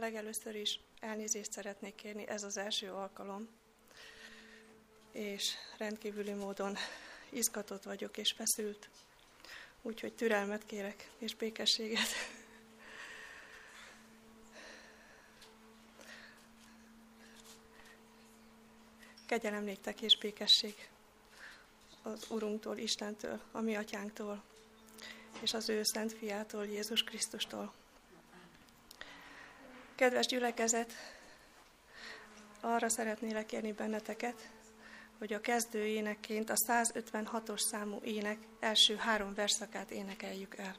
Legelőször is elnézést szeretnék kérni, ez az első alkalom, és rendkívüli módon izgatott vagyok és feszült, úgyhogy türelmet kérek és békességet. Kegyelem néktek és békesség az Urunktól, Istentől, a mi Atyánktól, és az ő Szent Fiától, Jézus Krisztustól. Kedves gyülekezet, arra szeretnélek kérni benneteket, hogy a kezdő énekként a 156-os számú ének első 3 versszakát énekeljük el.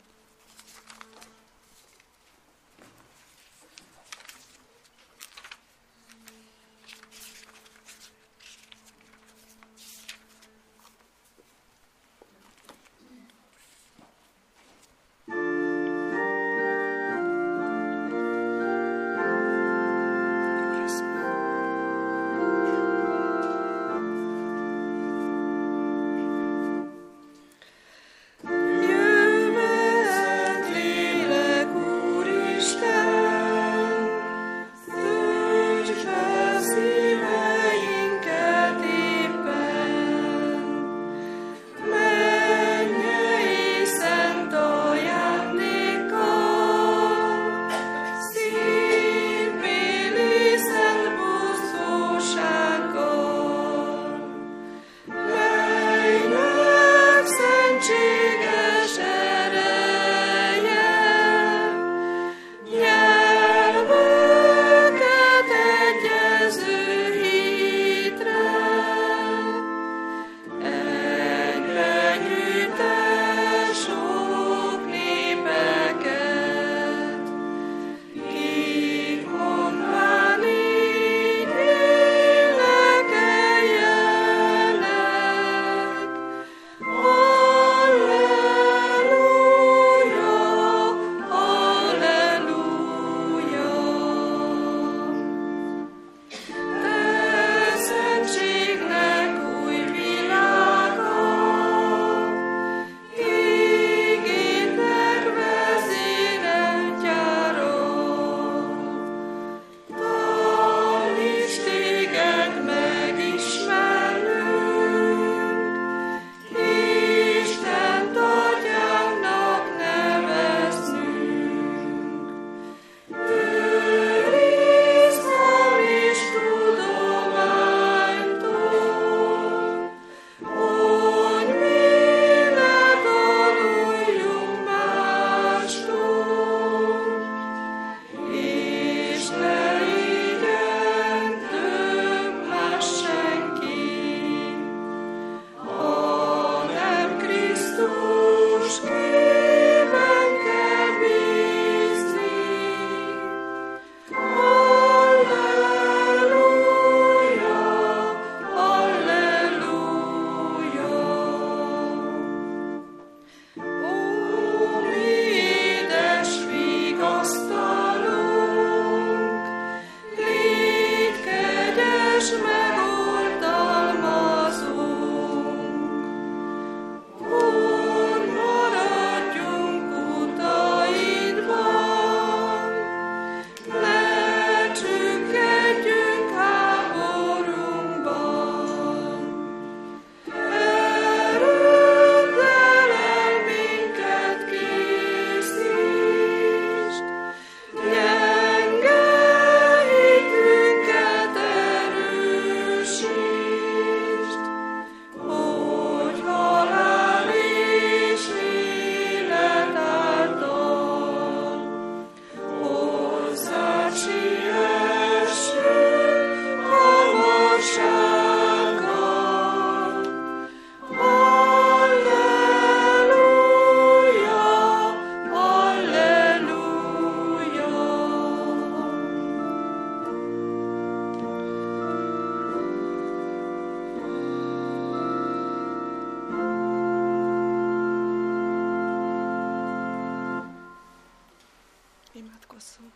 Imádkozzunk.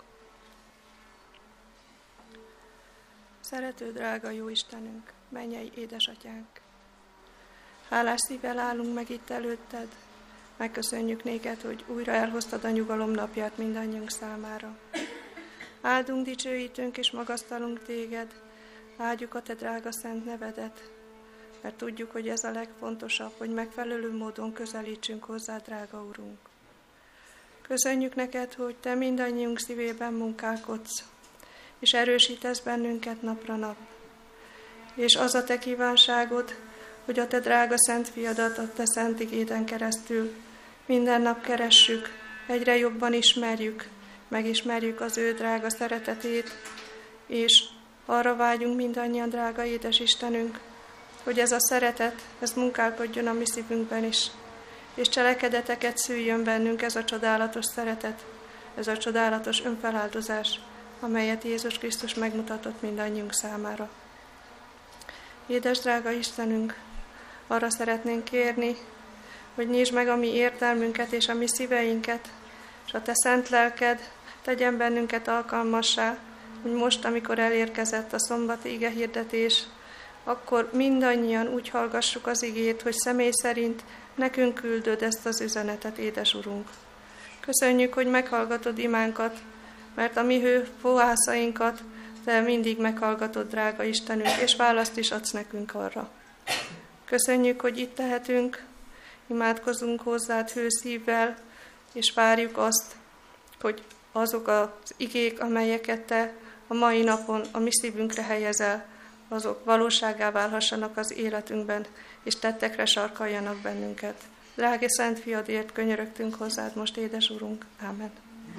Szerető, drága jó Istenünk, mennyei édesatyánk, hálás szívvel állunk meg itt előtted, megköszönjük néked, hogy újra elhoztad a nyugalom napját mindannyiunk számára. Áldunk, dicsőítünk és magasztalunk téged, áldjuk a te drága szent nevedet, mert tudjuk, hogy ez a legfontosabb, hogy megfelelő módon közelítsünk hozzá, drága Urunk. Köszönjük neked, hogy te mindannyiunk szívében munkálkodsz, és erősítesz bennünket napra nap. És az a te kívánságod, hogy a te drága szent fiadat a te szent igéden keresztül minden nap keressük, egyre jobban ismerjük, megismerjük az ő drága szeretetét, és arra vágyunk mindannyian, drága édes Istenünk, hogy ez a szeretet, ez munkálkodjon a mi szívünkben is, és cselekedeteket szüljön bennünk ez a csodálatos szeretet, ez a csodálatos önfeláldozás, amelyet Jézus Krisztus megmutatott mindannyiunk számára. Édes drága Istenünk, arra szeretnénk kérni, hogy nyisd meg a mi értelmünket és a mi szíveinket, és a te szent lelked tegyen bennünket alkalmassá, hogy most, amikor elérkezett a szombati igehirdetés, akkor mindannyian úgy hallgassuk az igét, hogy személy szerint nekünk küldöd ezt az üzenetet, édes Urunk. Köszönjük, hogy meghallgatod imánkat, mert a mi hőfohászainkat te mindig meghallgatod, drága Istenünk, és választ is adsz nekünk arra. Köszönjük, hogy itt tehetünk, imádkozunk hozzád hőszívvel, és várjuk azt, hogy azok az igék, amelyeket te a mai napon a mi szívünkre helyezel, azok valóságá válhassanak az életünkben, és tettekre sarkaljanak bennünket. Drága Szent Fiadért könyörögtünk hozzád most, édes Urunk. Ámen.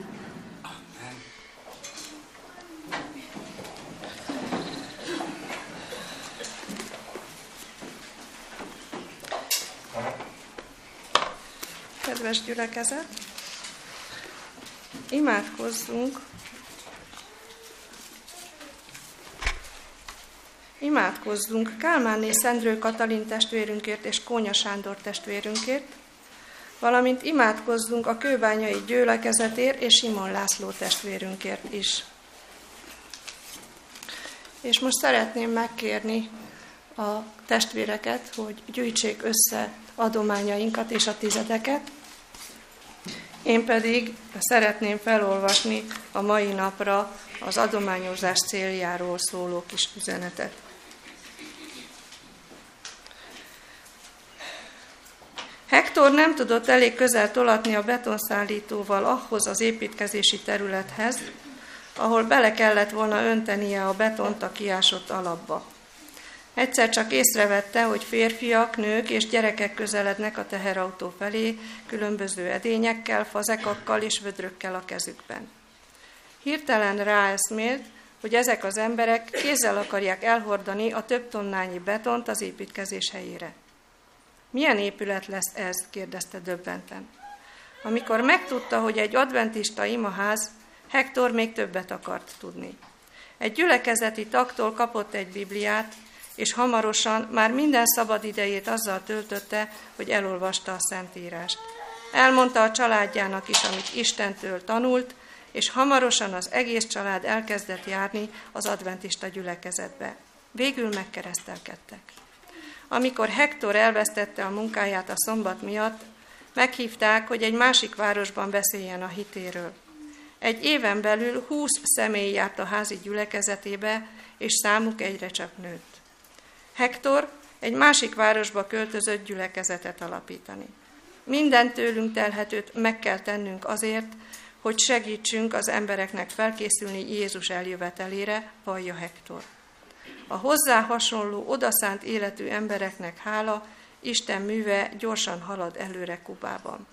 Kedves gyülekezet, imádkozzunk Kálmánné Szendrő Katalin testvérünkért és Kónya Sándor testvérünkért, valamint imádkozzunk a kőbányai gyülekezetért és Simon László testvérünkért is. És most szeretném megkérni a testvéreket, hogy gyűjtsék össze adományainkat és a tizedeket. Én pedig szeretném felolvasni a mai napra az adományozás céljáról szóló kis üzenetet. Hektor nem tudott elég közel tolatni a betonszállítóval ahhoz az építkezési területhez, ahol bele kellett volna öntenie a betont a kiásott alapba. Egyszer csak észrevette, hogy férfiak, nők és gyerekek közelednek a teherautó felé, különböző edényekkel, fazekakkal és vödrökkel a kezükben. Hirtelen ráeszmélt, hogy ezek az emberek kézzel akarják elhordani a több tonnányi betont az építkezés helyére. Milyen épület lesz ez? Kérdezte döbbenten. Amikor megtudta, hogy egy adventista imaház, Hektor még többet akart tudni. Egy gyülekezeti tagtól kapott egy Bibliát, és hamarosan már minden szabad idejét azzal töltötte, hogy elolvasta a Szentírást. Elmondta a családjának is, amit Istentől tanult, és hamarosan az egész család elkezdett járni az adventista gyülekezetbe. Végül megkeresztelkedtek. Amikor Hektor elvesztette a munkáját a szombat miatt, meghívták, hogy egy másik városban beszéljen a hitéről. Egy éven belül 20 személy járt a házi gyülekezetébe, és számuk egyre csak nőtt. Hektor egy másik városba költözött gyülekezetet alapítani. Minden tőlünk telhetőt meg kell tennünk azért, hogy segítsünk az embereknek felkészülni Jézus eljövetelére, vallja Hektor. A hozzá hasonló, odaszánt életű embereknek hála, Isten műve gyorsan halad előre Kubában.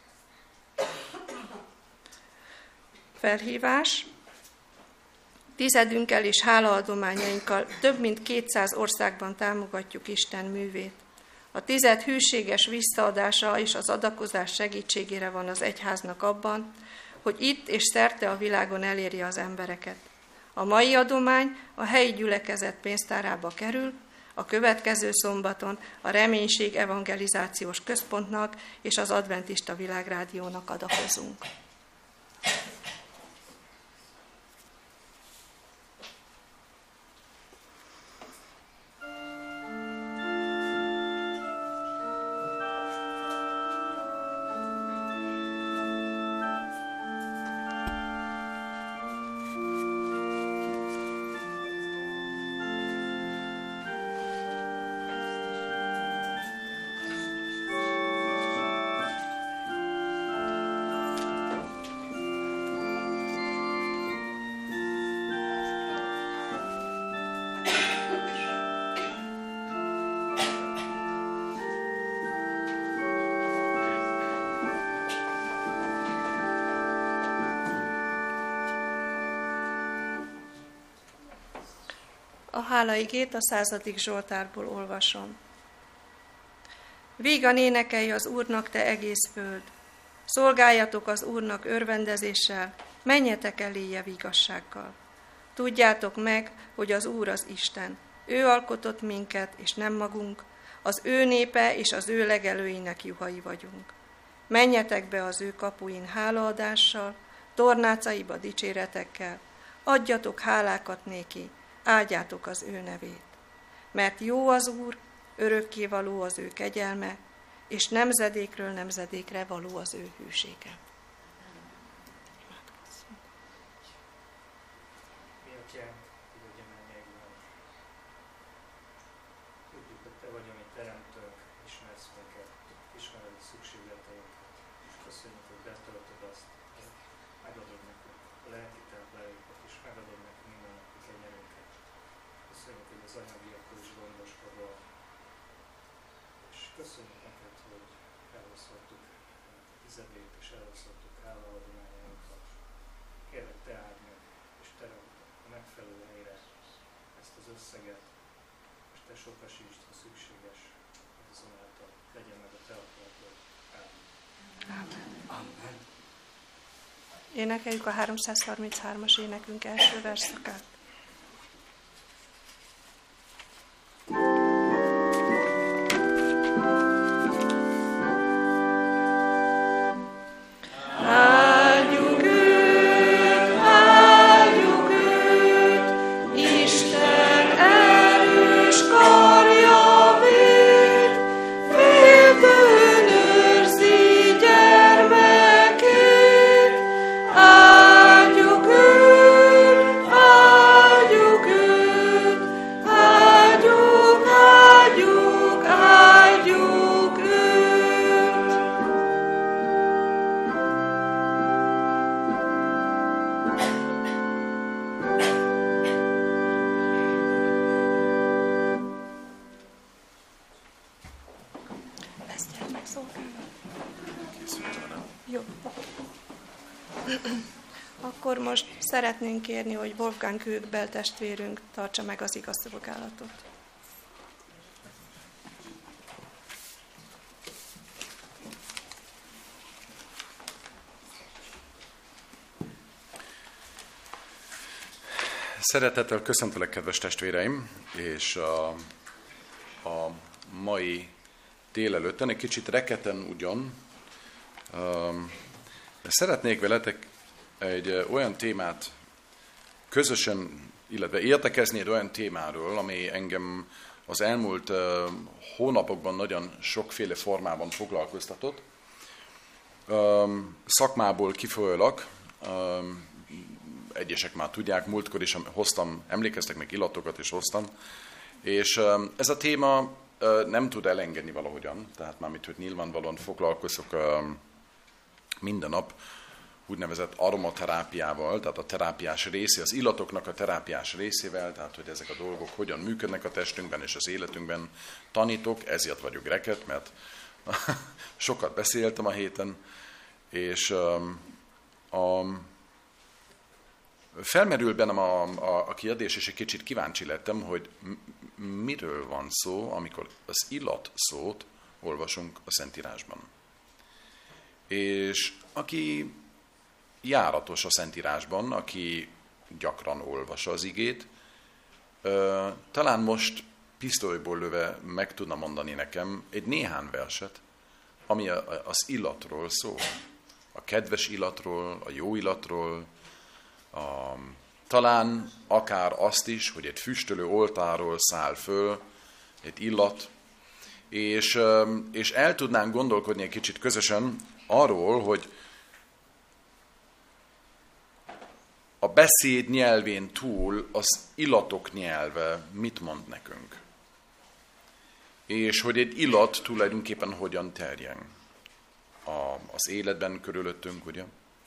Felhívás. Tizedünkkel és hálaadományainkkal több mint 200 országban támogatjuk Isten művét. A tized hűséges visszaadása és az adakozás segítségére van az egyháznak abban, hogy itt és szerte a világon elérje az embereket. A mai adomány a helyi gyülekezet pénztárába kerül, a következő szombaton a Reménység Evangelizációs Központnak és az Adventista Világrádiónak adakozunk. hálaigét a 100. Zsoltárból olvasom. Vígan énekelj az Úrnak, te egész föld! Szolgáljatok az Úrnak örvendezéssel, menjetek eléje vigassággal. Tudjátok meg, hogy az Úr az Isten. Ő alkotott minket, és nem magunk, az ő népe és az ő legelőinek juhai vagyunk. Menjetek be az ő kapuin hálaadással, tornácaiba dicséretekkel, adjatok hálákat néki, áldjátok az ő nevét. Mert jó az Úr, örökkévaló az ő kegyelme, és nemzedékről nemzedékre való az ő hűsége. Tudjuk, hogy te vagy, ami teremtőnk, ismersz minket, ismered a szükségleteinket, és köszönjük, hogy betöltöd azt, megadod nekünk a lelki táplálékot, és megadod nekünk minden napi kenyerünket. Köszönjük, hogy az anyagiakkal is gondoskodol, és köszönjük neked, hogy elhozhattuk tizedét, és elhozhattuk hálaadományainkat. Kérlek, te áld meg, és te rakd a megfelelő helyre ezt az összeget, és te sokasítsd, ha szükséges, hogy azonáltal legyen meg a te akaratod. Ámen. Amen. Énekeljük a 333-as énekünk első versszakát. Jó. Akkor most szeretnénk kérni, hogy Wolfgang Kőkbel testvérünk tartsa meg az igaz szolgálatot. Szeretettel köszöntelek, kedves testvéreim, és a mai délelőtten egy kicsit reketen ugyan, de szeretnék veletek egy olyan témát közösen, illetve értekezni egy olyan témáról, ami engem az elmúlt hónapokban nagyon sokféle formában foglalkoztatott. Szakmából kifolyólag, egyesek már tudják, múltkor is hoztam, emlékeztek meg, illatokat is hoztam, és ez a téma nem tud elengedni valahogyan, tehát mármint, hogy nyilvánvalóan foglalkozok minden nap úgynevezett aromaterápiával, tehát a terápiás része, az illatoknak a terápiás részével, tehát hogy ezek a dolgok hogyan működnek a testünkben és az életünkben. Tanítok, ezért vagyok reket, mert sokat beszéltem a héten, és felmerül bennem a kérdés, és egy kicsit kíváncsi lettem, hogy miről van szó, amikor az illat szót olvasunk a Szentírásban. És aki járatos a Szentírásban, aki gyakran olvassa az igét, talán most pisztolyból löve meg tudna mondani nekem egy néhány verset, ami az illatról szól. A kedves illatról, a jó illatról, talán akár azt is, hogy egy füstölő oltáról száll föl egy illat, és el tudnánk gondolkodni egy kicsit közösen arról, hogy a beszéd nyelvén túl az illatok nyelve mit mond nekünk. És hogy egy illat tulajdonképpen hogyan terjen az életben körülöttünk, ugye?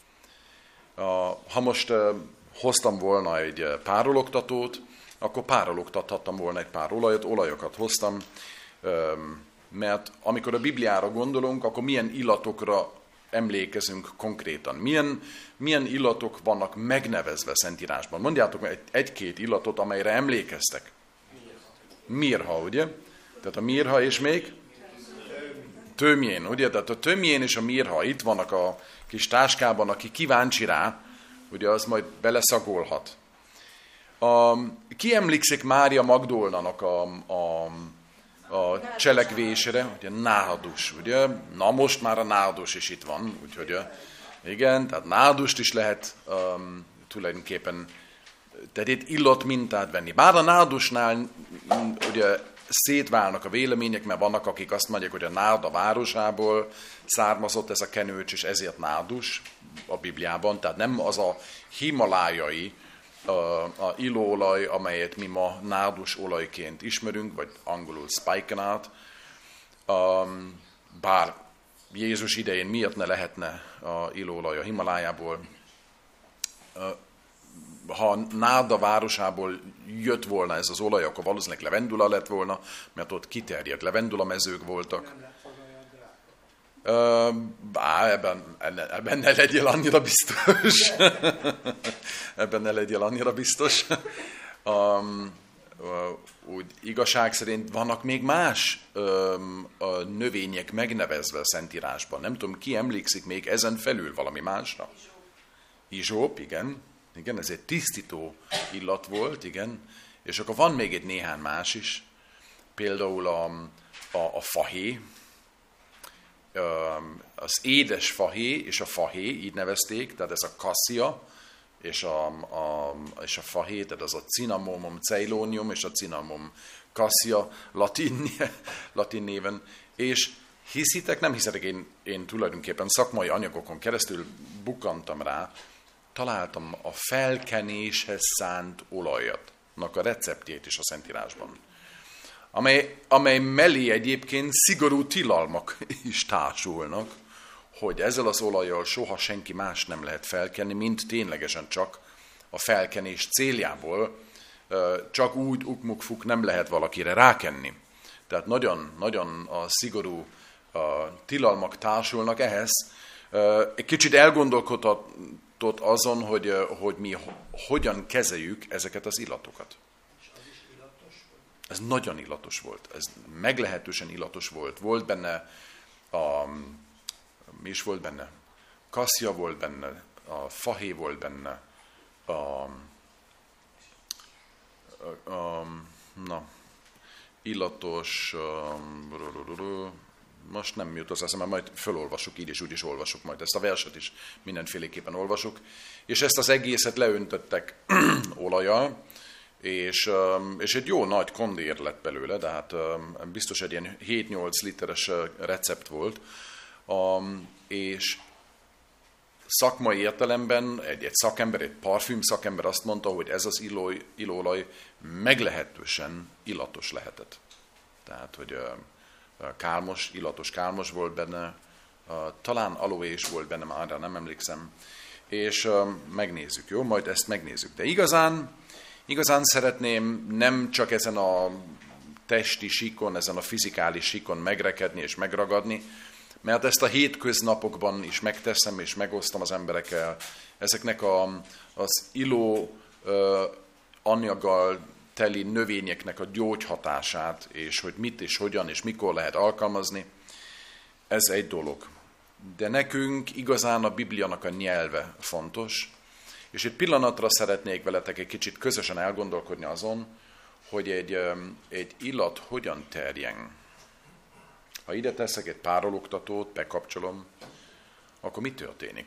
Ha most hoztam volna egy párologtatót, akkor párologtathattam volna egy pár olajokat hoztam, mert amikor a Bibliára gondolunk, akkor milyen illatokra emlékezünk konkrétan. Milyen illatok vannak megnevezve Szentírásban? Mondjátok meg egy-két illatot, amelyre emlékeztek. mirha, ugye? Tehát a mirha és még tömjén, ugye? Tehát a tömjén és a mirha itt vannak a kis táskában, aki kíváncsi rá, ugye az majd beleszagolhat. Ki emlékszik Mária Magdolnának a cselekvésére? Ugye nádus, ugye? Na most már a nádus is itt van, úgyhogy igen, tehát nádust is lehet tulajdonképpen, tehát itt illat mintát venni. Bár a nádusnál ugye szétválnak a vélemények, mert vannak, akik azt mondják, hogy a Nárda városából származott ez a kenőcs, és ezért nádus a Bibliában. Tehát nem az a himalájai a illóolaj, amelyet mi ma nádus olajként ismerünk, vagy angolul spikenard. Bár Jézus idején miért ne lehetne a illóolaj a Himalájából? Ha Nárda városából jött volna ez az olaj, akkor valószínűleg levendula lett volna, mert ott kiterjedt levendula mezők voltak. Ebben ne legyél annyira biztos. Ebben ne legyél annyira biztos. Úgy igazság szerint vannak még más növények megnevezve a Szentírásban. Nem tudom, ki emlékszik még ezen felül valami másra? Izsóp, igen. Igen, ez egy tisztító illat volt, igen. És akkor van még egy néhány más is. Például a fahé, az édes fahé és a fahé, így nevezték, tehát ez a cassia és a fahé, tehát az a Cinnamomum ceylonium és a Cinnamomum cassia latin néven. És hiszitek, nem hiszitek, én tulajdonképpen szakmai anyagokon keresztül bukkantam rá, találtam a felkenéshez szánt olajatnak a receptjét is a Szentírásban, amely mellé egyébként szigorú tilalmak is társulnak, hogy ezzel az olajjal soha senki más nem lehet felkenni, mint ténylegesen csak a felkenés céljából, csak úgy ukmukfuk nem lehet valakire rákenni. Tehát nagyon a szigorú tilalmak társulnak ehhez. Egy kicsit elgondolkodott azon, hogy mi hogyan kezeljük ezeket az illatokat. Ez nagyon illatos volt. Ez meglehetősen illatos volt. Volt benne mi is volt benne? Cassia volt benne, a fahé volt benne, illatos, most nem jut az eszembe, majd fölolvasok, így és úgy is olvasok majd, ezt a verset is mindenféleképpen olvasok. És ezt az egészet leöntöttek olajjal, és egy jó nagy kondér lett belőle, de hát biztos egy ilyen 7-8 literes recept volt, és szakmai értelemben egy szakember, egy parfüm szakember azt mondta, hogy ez az illóolaj meglehetősen illatos lehetett. Tehát, hogy illatos kálmos volt benne, talán aloe is volt benne, már nem emlékszem, és megnézzük, jó? Majd ezt megnézzük. De igazán szeretném nem csak ezen a testi síkon, ezen a fizikális síkon megrekedni és megragadni, mert ezt a hétköznapokban is megteszem és megosztom az emberekkel. Ezeknek az illó anyaggal teli növényeknek a gyógyhatását, és hogy mit és hogyan és mikor lehet alkalmazni, ez egy dolog. De nekünk igazán a Bibliának a nyelve fontos, és egy pillanatra szeretnék veletek egy kicsit közösen elgondolkodni azon, hogy egy illat hogyan terjen. Ha ide teszek egy párologtatót, bekapcsolom, akkor mi történik?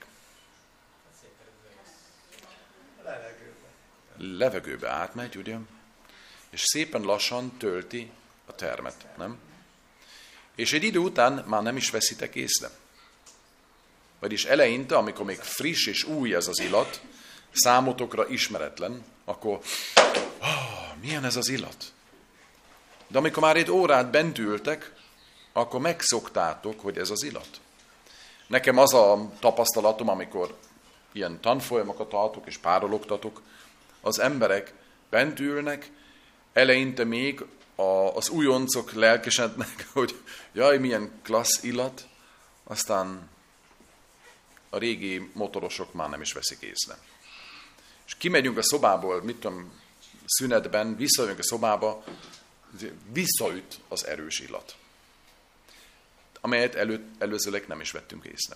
Levegőbe átmegy, ugye? És szépen lassan tölti a termet, nem? És egy idő után már nem is veszitek észre. Vagyis eleinte, amikor még friss és új ez az illat, számotokra ismeretlen, akkor milyen ez az illat? De amikor már egy órát bent ültek, akkor megszoktátok, hogy ez az illat. Nekem az a tapasztalatom, amikor ilyen tanfolyamokat tartok és párologtatok, az emberek bent ülnek, eleinte még az újoncok lelkesednek, hogy jaj, milyen klassz illat, aztán a régi motorosok már nem is veszik észre. És kimegyünk a szobából, mit tudom, szünetben, visszajövünk a szobába, visszaüt az erős illat, amelyet előzőleg nem is vettünk észre.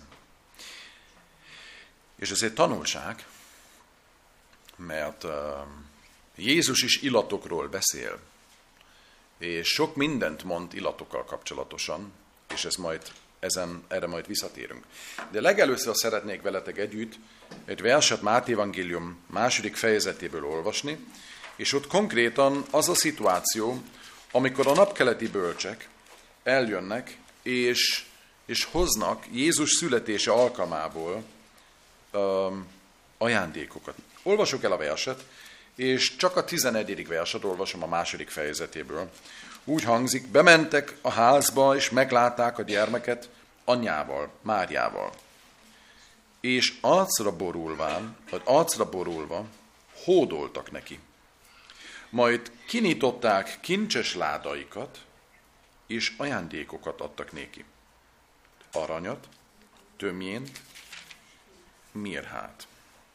És ez egy tanulság, mert Jézus is illatokról beszél, és sok mindent mond illatokkal kapcsolatosan, és erre majd visszatérünk. De legelőször szeretnék veletek együtt egy verset Máté evangélium 2. fejezetéből olvasni, és ott konkrétan az a szituáció, amikor a napkeleti bölcsek eljönnek, és hoznak Jézus születése alkalmából ajándékokat. Olvasok el a verset, és csak a 11. verset olvasom a 2. fejezetéből. Úgy hangzik, bementek a házba, és meglátták a gyermeket anyjával, Máriával. És arcra borulva hódoltak neki. Majd kinyitották kincses ládaikat, és ajándékokat adtak néki. Aranyat, tömjént, mirhát.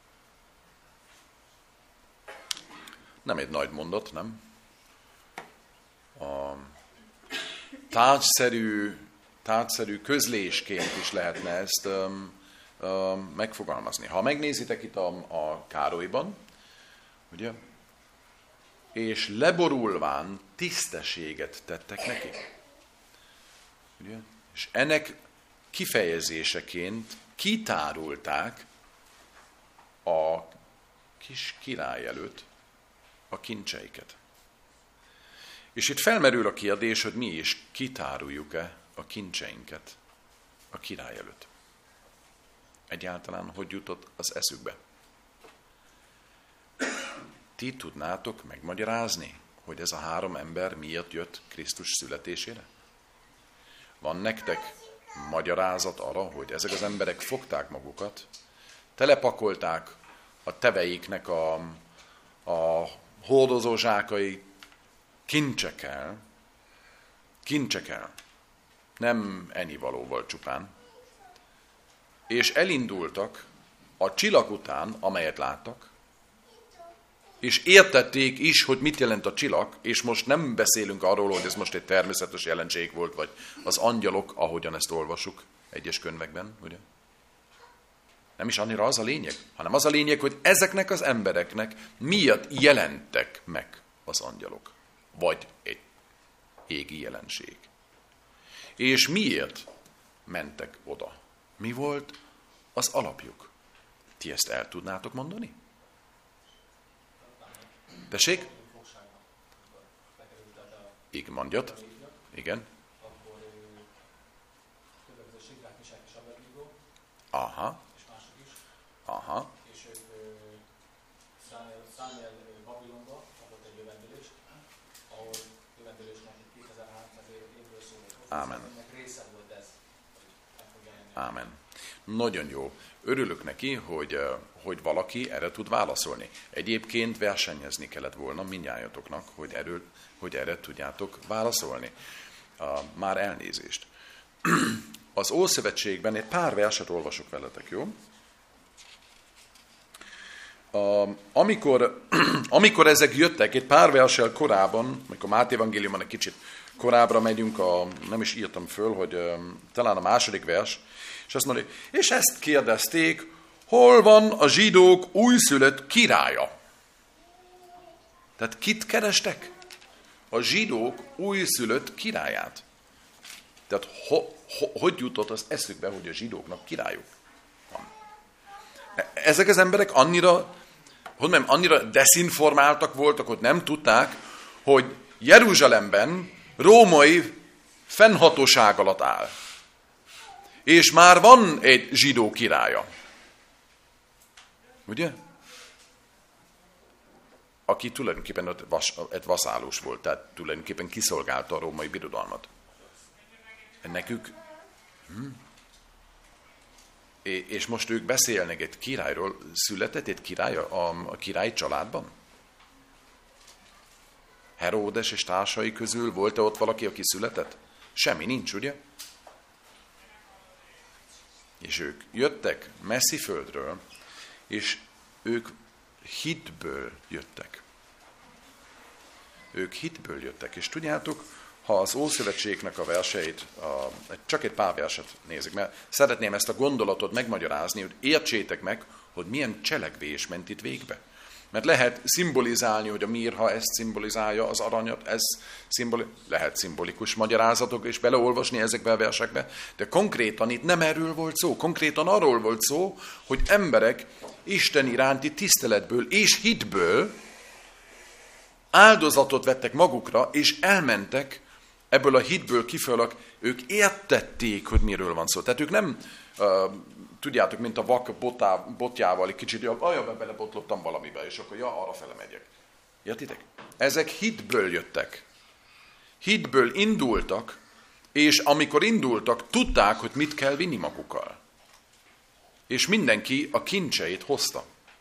Nem egy nagy mondat, nem? A tárgyszerű közlésként is lehetne ezt megfogalmazni. Ha megnézitek itt a Károlyban, ugye, és leborulván tisztességet tettek neki. Ugye? És ennek kifejezéseként kitárulták a kis király előtt a kincseiket. És itt felmerül a kérdés, hogy mi is kitáruljuk-e a kincseinket a király előtt. Egyáltalán hogy jutott az eszükbe? Ti tudnátok megmagyarázni, hogy ez a 3 ember miért jött Krisztus születésére? Van nektek magyarázat arra, hogy ezek az emberek fogták magukat, telepakolták a teveiknek a hordozózsákai kincsekkel, nem ennivalóval csupán, és elindultak a csillag után, amelyet láttak, és értették is, hogy mit jelent a csillag, és most nem beszélünk arról, hogy ez most egy természetes jelenség volt, vagy az angyalok, ahogyan ezt olvasuk egyes könyvekben, ugye? Nem is annyira az a lényeg, hanem az a lényeg, hogy ezeknek az embereknek miért jelentek meg az angyalok, vagy egy égi jelenség. És miért mentek oda? Mi volt az alapjuk? Ti ezt el tudnátok mondani? Tessék? Igen, mondjad. Igen. Aha. Aha. És ők Számuel Babilonba kapott egy jövendőlést, ahol jövendőlésnek 2300 évről szólott. Ámen. Ennek része volt ez. Ámen. Nagyon jó. Örülök neki, hogy valaki erre tud válaszolni. Egyébként versenyezni kellett volna mindnyájatoknak, hogy erre tudjátok válaszolni. Már elnézést. Az Ószövetségben egy pár verset olvasok veletek, jó? Amikor ezek jöttek, egy pár verssel korábban, amikor Máté evangéliumban egy kicsit korábbra megyünk, nem is írtam föl, hogy talán a 2. vers, és azt mondja, és ezt kérdezték, hol van a zsidók újszülött királya? Tehát kit kerestek? A zsidók újszülött királyát. Tehát hogy jutott az eszükbe, hogy a zsidóknak királyuk van? Ezek az emberek annyira deszinformáltak voltak, hogy nem tudták, hogy Jeruzsálemben római fennhatóság alatt áll. És már van egy zsidó királya. Ugye? Aki tulajdonképpen egy vaszállus volt, tehát tulajdonképpen kiszolgálta a római birodalmat. Nekük... És most ők beszélnek egy királyról. Született egy király a királyi családban? Heródes és társai közül volt-e ott valaki, aki született? Semmi nincs, ugye? És ők jöttek messzi földről, és ők hitből jöttek. ők hitből jöttek. És tudjátok, ha az Ószövetségnek a verseit, csak egy pár verset nézik, mert szeretném ezt a gondolatot megmagyarázni, hogy értsétek meg, hogy milyen cselekvés ment itt végbe. Mert lehet szimbolizálni, hogy a mirha ezt szimbolizálja, az aranyat, lehet szimbolikus magyarázatok és beleolvasni ezekbe a versekbe, de konkrétan itt nem erről volt szó, konkrétan arról volt szó, hogy emberek Isten iránti tiszteletből és hitből áldozatot vettek magukra, és elmentek ebből a hitből kifolyólag, ők értették, hogy miről van szó. Tehát ők nem, tudjátok, mint a vak botjával, egy kicsit, belebotlottam valamibe, és akkor arra fele megyek. Értitek? Ezek hitből jöttek. Hitből indultak, és amikor indultak, tudták, hogy mit kell vinni magukkal. És mindenki a kincseit hozta.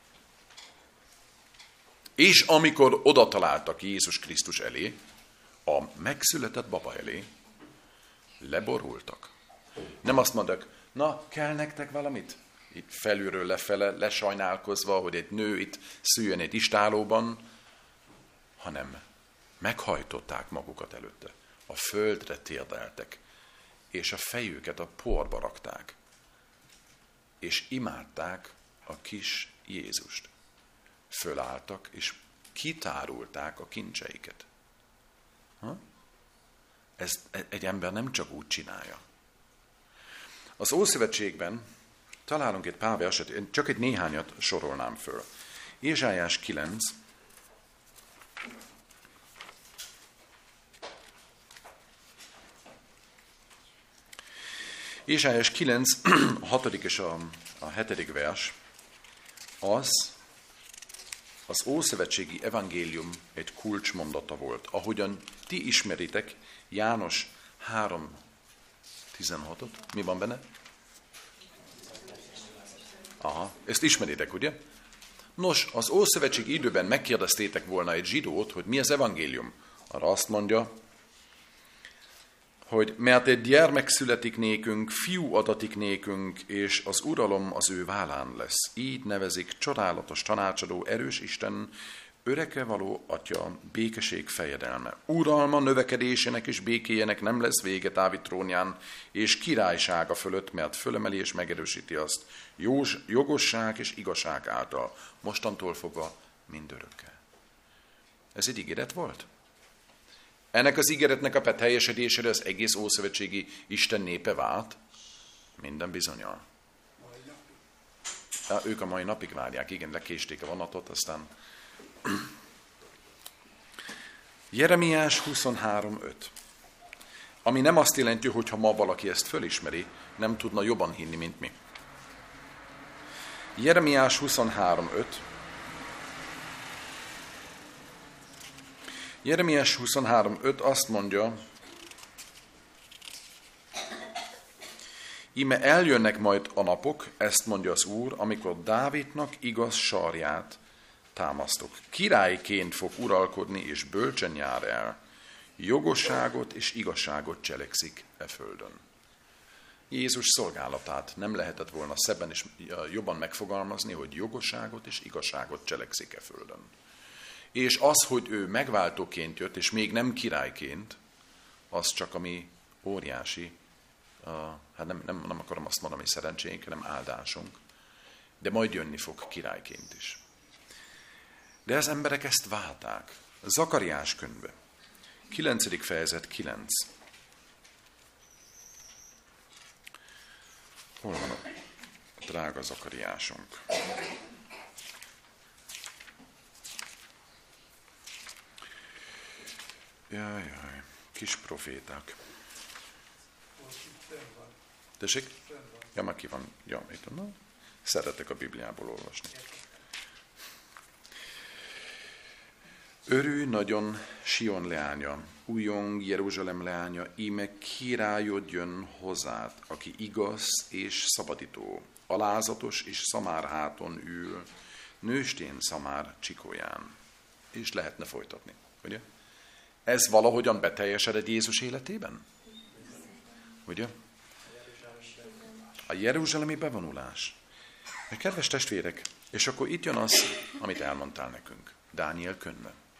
És amikor oda találtak Jézus Krisztus elé, a megszületett baba elé, leborultak. Nem azt mondják, na, kell nektek valamit? Itt felülről lefele, lesajnálkozva, hogy egy nő itt szüljön egy istálóban, hanem meghajtották magukat előtte. A földre térdeltek, és a fejüket a porba rakták, és imádták a kis Jézust. Fölálltak, és kitárulták a kincseiket. Ezt egy ember nem csak úgy csinálja. Az Ószövetségben találunk egy pár verset, én csak egy néhányat sorolnám föl. Ézsájás 9. Ézsájás 9, a 6. és a 7. vers, az Ószövetségi evangélium egy kulcsmondata volt. Ahogyan ti ismeritek János 3:16-ot. Mi van benne? Aha, ezt ismeritek, ugye? Nos, az Ószövetségi időben megkérdeztétek volna egy zsidót, hogy mi az evangélium. Arra azt mondja, hogy mert egy gyermek születik nékünk, fiú adatik nékünk, és az uralom az ő vállán lesz. Így nevezik csodálatos tanácsadó, erős Isten, örökre való atya, békesség fejedelme. Uralma növekedésének és békéjének nem lesz vége Dávid trónján, és királysága fölött, mert fölemeli és megerősíti azt, jogosság és igazság által, mostantól fogva mindörökkel. Ez egy ígéret volt? Ennek az ígéretnek a beteljesedésére az egész ószövetségi Isten népe vált? Minden bizonnyal. Ők a mai napig várják, igen, lekésték a vonatot, aztán... Jeremiás 23:5. Ami nem azt jelenti, hogy ha ma valaki ezt fölismeri, nem tudna jobban hinni, mint mi. Jeremiás 23:5. Jeremiás 23:5 azt mondja, íme eljönnek majd a napok, ezt mondja az Úr, amikor Dávidnak igaz sarját támasztok. Királyként fog uralkodni, és bölcsen jár el. Jogosságot és igazságot cselekszik e földön. Jézus szolgálatát nem lehetett volna szebben és jobban megfogalmazni, hogy jogosságot és igazságot cselekszik e földön. És az, hogy ő megváltóként jött, és még nem királyként, az csak a mi óriási, hát nem akarom azt mondani, hogy szerencsénk, hanem áldásunk, de majd jönni fog királyként is. De az emberek ezt várták. Zakariás könyve, 9. fejezet 9. Hol van a drága Zakariásunk? Jaj, kis proféták. Tessék? Ja, már ki van. Ja, itt van. Szeretek a Bibliából olvasni. Örülj nagyon, Sion leánya, újjong, Jeruzsálem leánya, íme királyod jön hozzád, aki igaz és szabadító, alázatos és szamár háton ül, nőstén szamár csikóján. És lehetne folytatni, ugye? Ez valahogyan beteljesedett Jézus életében? Ugye? A jeruzsálemi bevonulás. Kedves testvérek, és akkor itt jön az, amit elmondtál nekünk, Dániel könyve.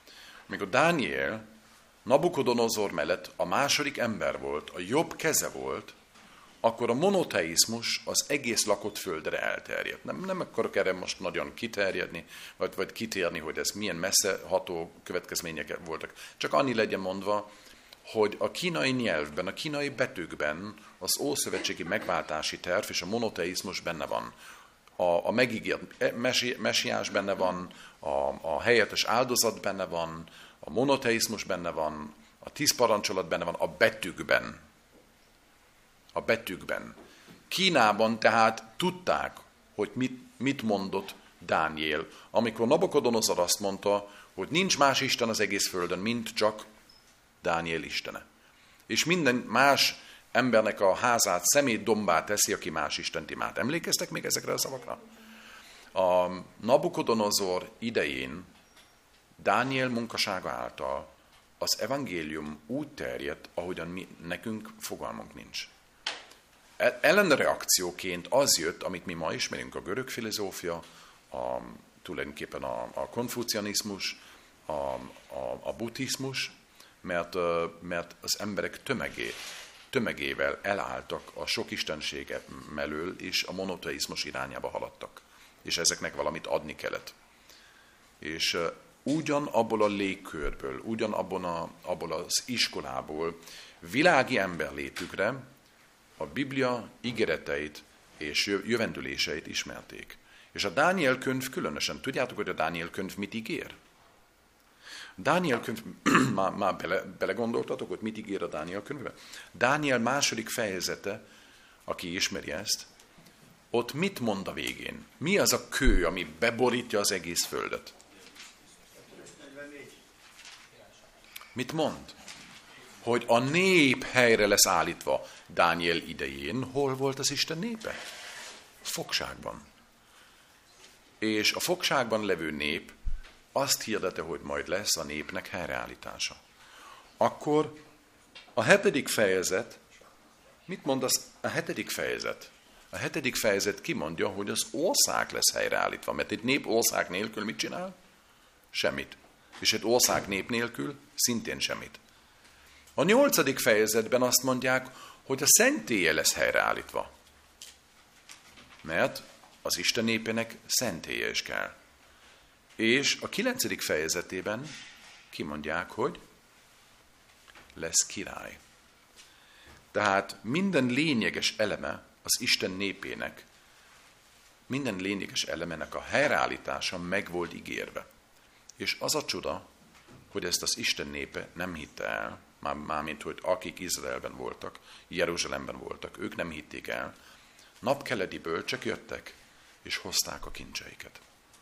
Amikor Dániel Nabukodonozor mellett a második ember volt, a jobb keze volt, akkor a monoteizmus az egész lakott földre elterjedt. Nem akarok erre most nagyon kiterjedni, vagy kitérni, hogy ez milyen messzeható következmények voltak. Csak annyi legyen mondva, hogy a kínai nyelvben, a kínai betűkben az ószövetségi megváltási terv és a monoteizmus benne van. A megígért mesiás benne van, a helyettes áldozat benne van, a monoteizmus benne van, a 10 parancsolat benne van, a betűkben. A betűkben. Kínában tehát tudták, hogy mit mondott Dániel, amikor Nabukodonozor azt mondta, hogy nincs más Isten az egész földön, mint csak Dániel istene. És minden más embernek a házát szemétdombá teszi, aki más Istent imád. Emlékeztek még ezekre a szavakra? A Nabukodonozor idején Dániel munkasága által az evangélium úgy terjedt, ahogyan nekünk fogalmunk nincs. Ellenreakcióként az jött, amit mi ma ismerünk, a görög filozófia, tulajdonképpen a konfucianizmus, a buddhizmus, mert az emberek tömegével elálltak a sok istenség mellől, és a monoteizmus irányába haladtak. És ezeknek valamit adni kellett. És ugyanabból a légkörből, abból az iskolából világi emberlétükre a Biblia ígéreteit és jövendőléseit ismerték. És a Dániel könyv különösen. Tudjátok, hogy a Dániel könyv mit ígér? Dániel könyv, már belegondoltatok, hogy mit ígér a Dániel könyvbe? Dániel második fejezete, aki ismeri ezt, ott mit mond a végén? Mi az a kő, ami beborítja az egész földet? Mit mond? Hogy a nép helyre lesz állítva. Dániel idején hol volt az Isten népe? Fogságban. És a fogságban levő nép azt hirdette, hogy majd lesz a népnek helyreállítása. Akkor a 7. fejezet, mit mond a 7. fejezet? A 7. fejezet kimondja, hogy az ország lesz helyreállítva, mert egy nép ország nélkül mit csinál? Semmit. És egy ország nép nélkül szintén semmit. A 8. fejezetben azt mondják, hogy a szentélye lesz helyreállítva. Mert az Isten népének szentélye is kell. És a 9. fejezetében kimondják, hogy lesz király. Tehát minden lényeges eleme az Isten népének, minden lényeges elemenek a helyreállítása meg volt ígérve. És az a csoda, hogy ezt az Isten népe nem hitte el, mármint, hogy akik Izraelben voltak, Jeruzsálemben voltak, ők nem hitték el. Napkeleti bölcsek jöttek, és hozták a kincseiket.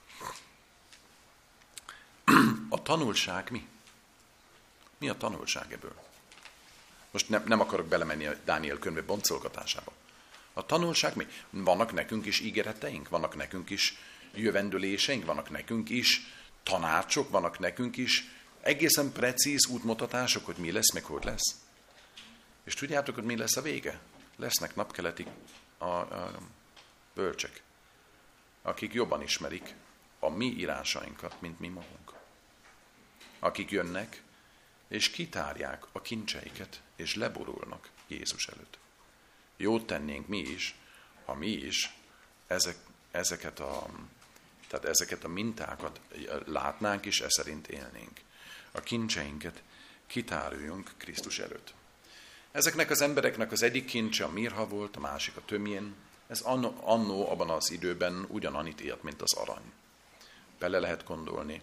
A tanulság mi? Mi a tanulság ebből? Most nem akarok belemenni a Dániel könyve boncolgatásába. A tanulság mi? Vannak nekünk is ígéreteink, vannak nekünk is jövendőléseink, vannak nekünk is tanácsok, vannak nekünk is egészen precíz útmutatások, hogy mi lesz, meg hogy lesz. És tudjátok, hogy mi lesz a vége? Lesznek napkeleti a bölcsek, akik jobban ismerik a mi írásainkat, mint mi magunk. Akik jönnek, és kitárják a kincseiket, és leborulnak Jézus előtt. Jót tennénk mi is, ha mi is ezeket a mintákat látnánk, és ez szerint élnénk. A kincseinket kitáruljunk Krisztus előtt. Ezeknek az embereknek az egyik kincse a mirha volt, a másik a tömjén. Ez annó abban az időben ugyanannyit ért, mint az arany. Bele lehet gondolni,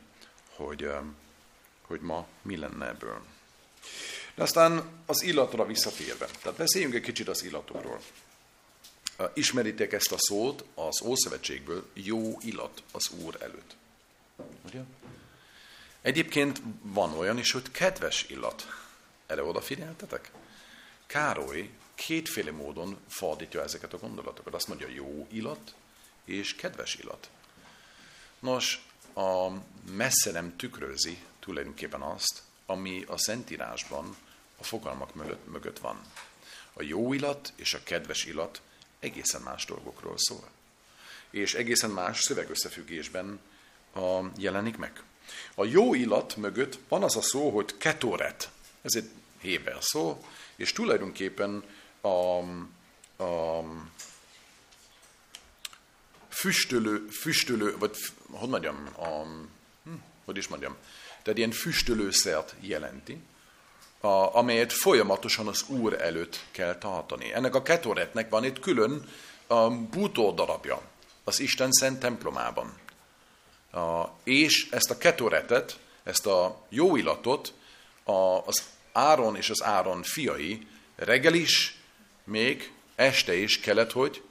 hogy ma mi lenne ebből. De aztán az illatra visszatérve. Tehát beszéljünk egy kicsit az illatokról. Ismeritek ezt a szót az Ószövetségből, jó illat az Úr előtt. Ugye? Egyébként van olyan is, hogy kedves illat. Erre odafigyeltetek? Károly kétféle módon fordítja ezeket a gondolatokat. Azt mondja, jó illat és kedves illat. Nos, a messze nem tükrözi tulajdonképpen azt, ami a Szentírásban a fogalmak mögött van. A jó illat és a kedves illat egészen más dolgokról szól. És egészen más szövegösszefüggésben jelenik meg. A jó illat mögött van az a szó, hogy ketoret. Ez egy héber szó, és tulajdonképpen a füstölő, vagy hogy mondjam, tehát ilyen füstölőszert jelenti, amelyet folyamatosan az Úr előtt kell tartani. Ennek a ketoretnek van egy külön bútordarabja az Isten szent templomában. És ezt a ketoretet, ezt a jó illatot az Áron és az Áron fiai reggel is, még este is kellett, hogy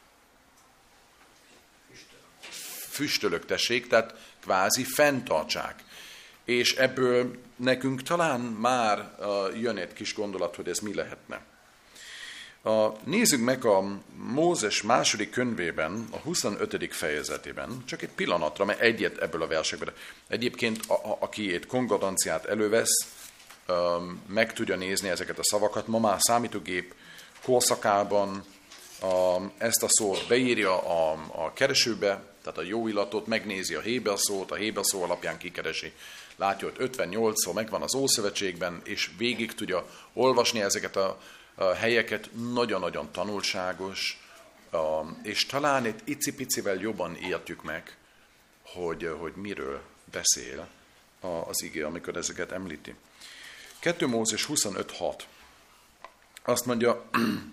füstölögtessék, tehát kvázi fenntartsák. És ebből nekünk talán már jön egy kis gondolat, hogy ez mi lehetne. Nézzük meg a Mózes második könyvében, a 25. fejezetében, csak egy pillanatra, mert egyet ebből a versekből. Egyébként, aki egy konkordanciát elővesz, meg tudja nézni ezeket a szavakat. Ma már számítógép korszakában ezt a szót beírja a keresőbe, tehát a jó illatot, megnézi a héber szót, a héber szó alapján kikeresi. Látja, hogy 58-szor megvan az Ószövetségben, és végig tudja olvasni ezeket a helyeket, nagyon-nagyon tanulságos, és talán egy icipicivel jobban értjük meg, hogy miről beszél az ige, amikor ezeket említi. 2 Mózes 25.6. Azt mondja,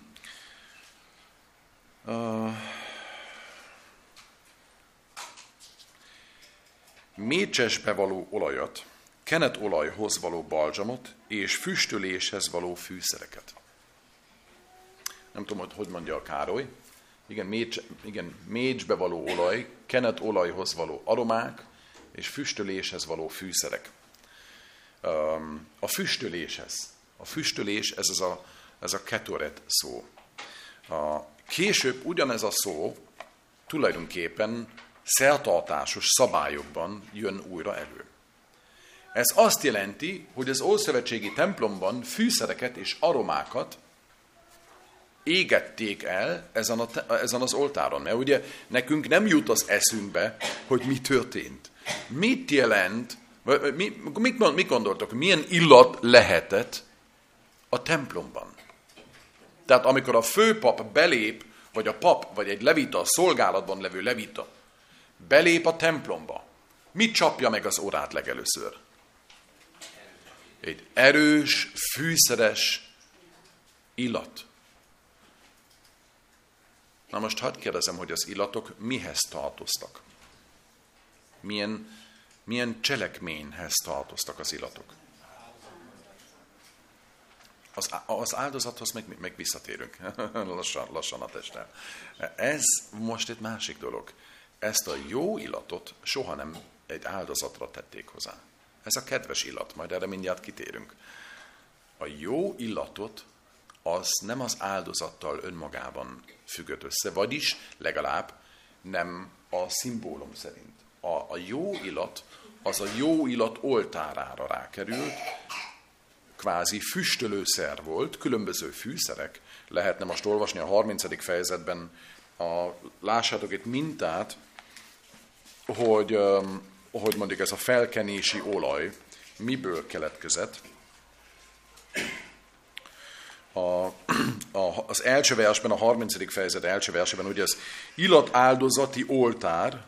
mécsesbe való olajat, kenetolajhoz való balzsamot, és füstöléshez való fűszereket. Nem tudom, hogy mondja a Károly. Igen, mécsbe való olaj, kenetolajhoz való aromák, és füstöléshez való fűszerek. A füstölés, ez a ketoret szó. Később ugyanez a szó tulajdonképpen szertartásos szabályokban jön újra elő. Ez azt jelenti, hogy az ószövetségi templomban fűszereket és aromákat égették el ezen az oltáron. Mert ugye nekünk nem jut az eszünkbe, hogy mi történt. Mit jelent, mit gondoltok, milyen illat lehetett a templomban? Tehát amikor a főpap belép, vagy a pap, vagy egy levita, a szolgálatban levő levita, belép a templomba, mit csapja meg az orrát legelőször? Egy erős, fűszeres illat. Na most hadd kérdezem, hogy az illatok mihez tartoztak? Milyen cselekményhez tartoztak az illatok? Az áldozathoz meg visszatérünk. lassan a testtel. Ez most egy másik dolog. Ezt a jó illatot soha nem egy áldozatra tették hozzá. Ez a kedves illat, majd erre mindjárt kitérünk. A jó illatot az nem az áldozattal önmagában függött össze, vagyis legalább nem a szimbólum szerint. A jó illat az a jó illat oltárára rákerült, kvázi füstölőszer volt, különböző fűszerek. Lehetne most olvasni a 30. fejezetben, lássátok itt mintát, hogy mondjuk ez a felkenési olaj miből keletkezett. Az első versben, a 30. fejezet első versben, ugye az illatáldozati oltár,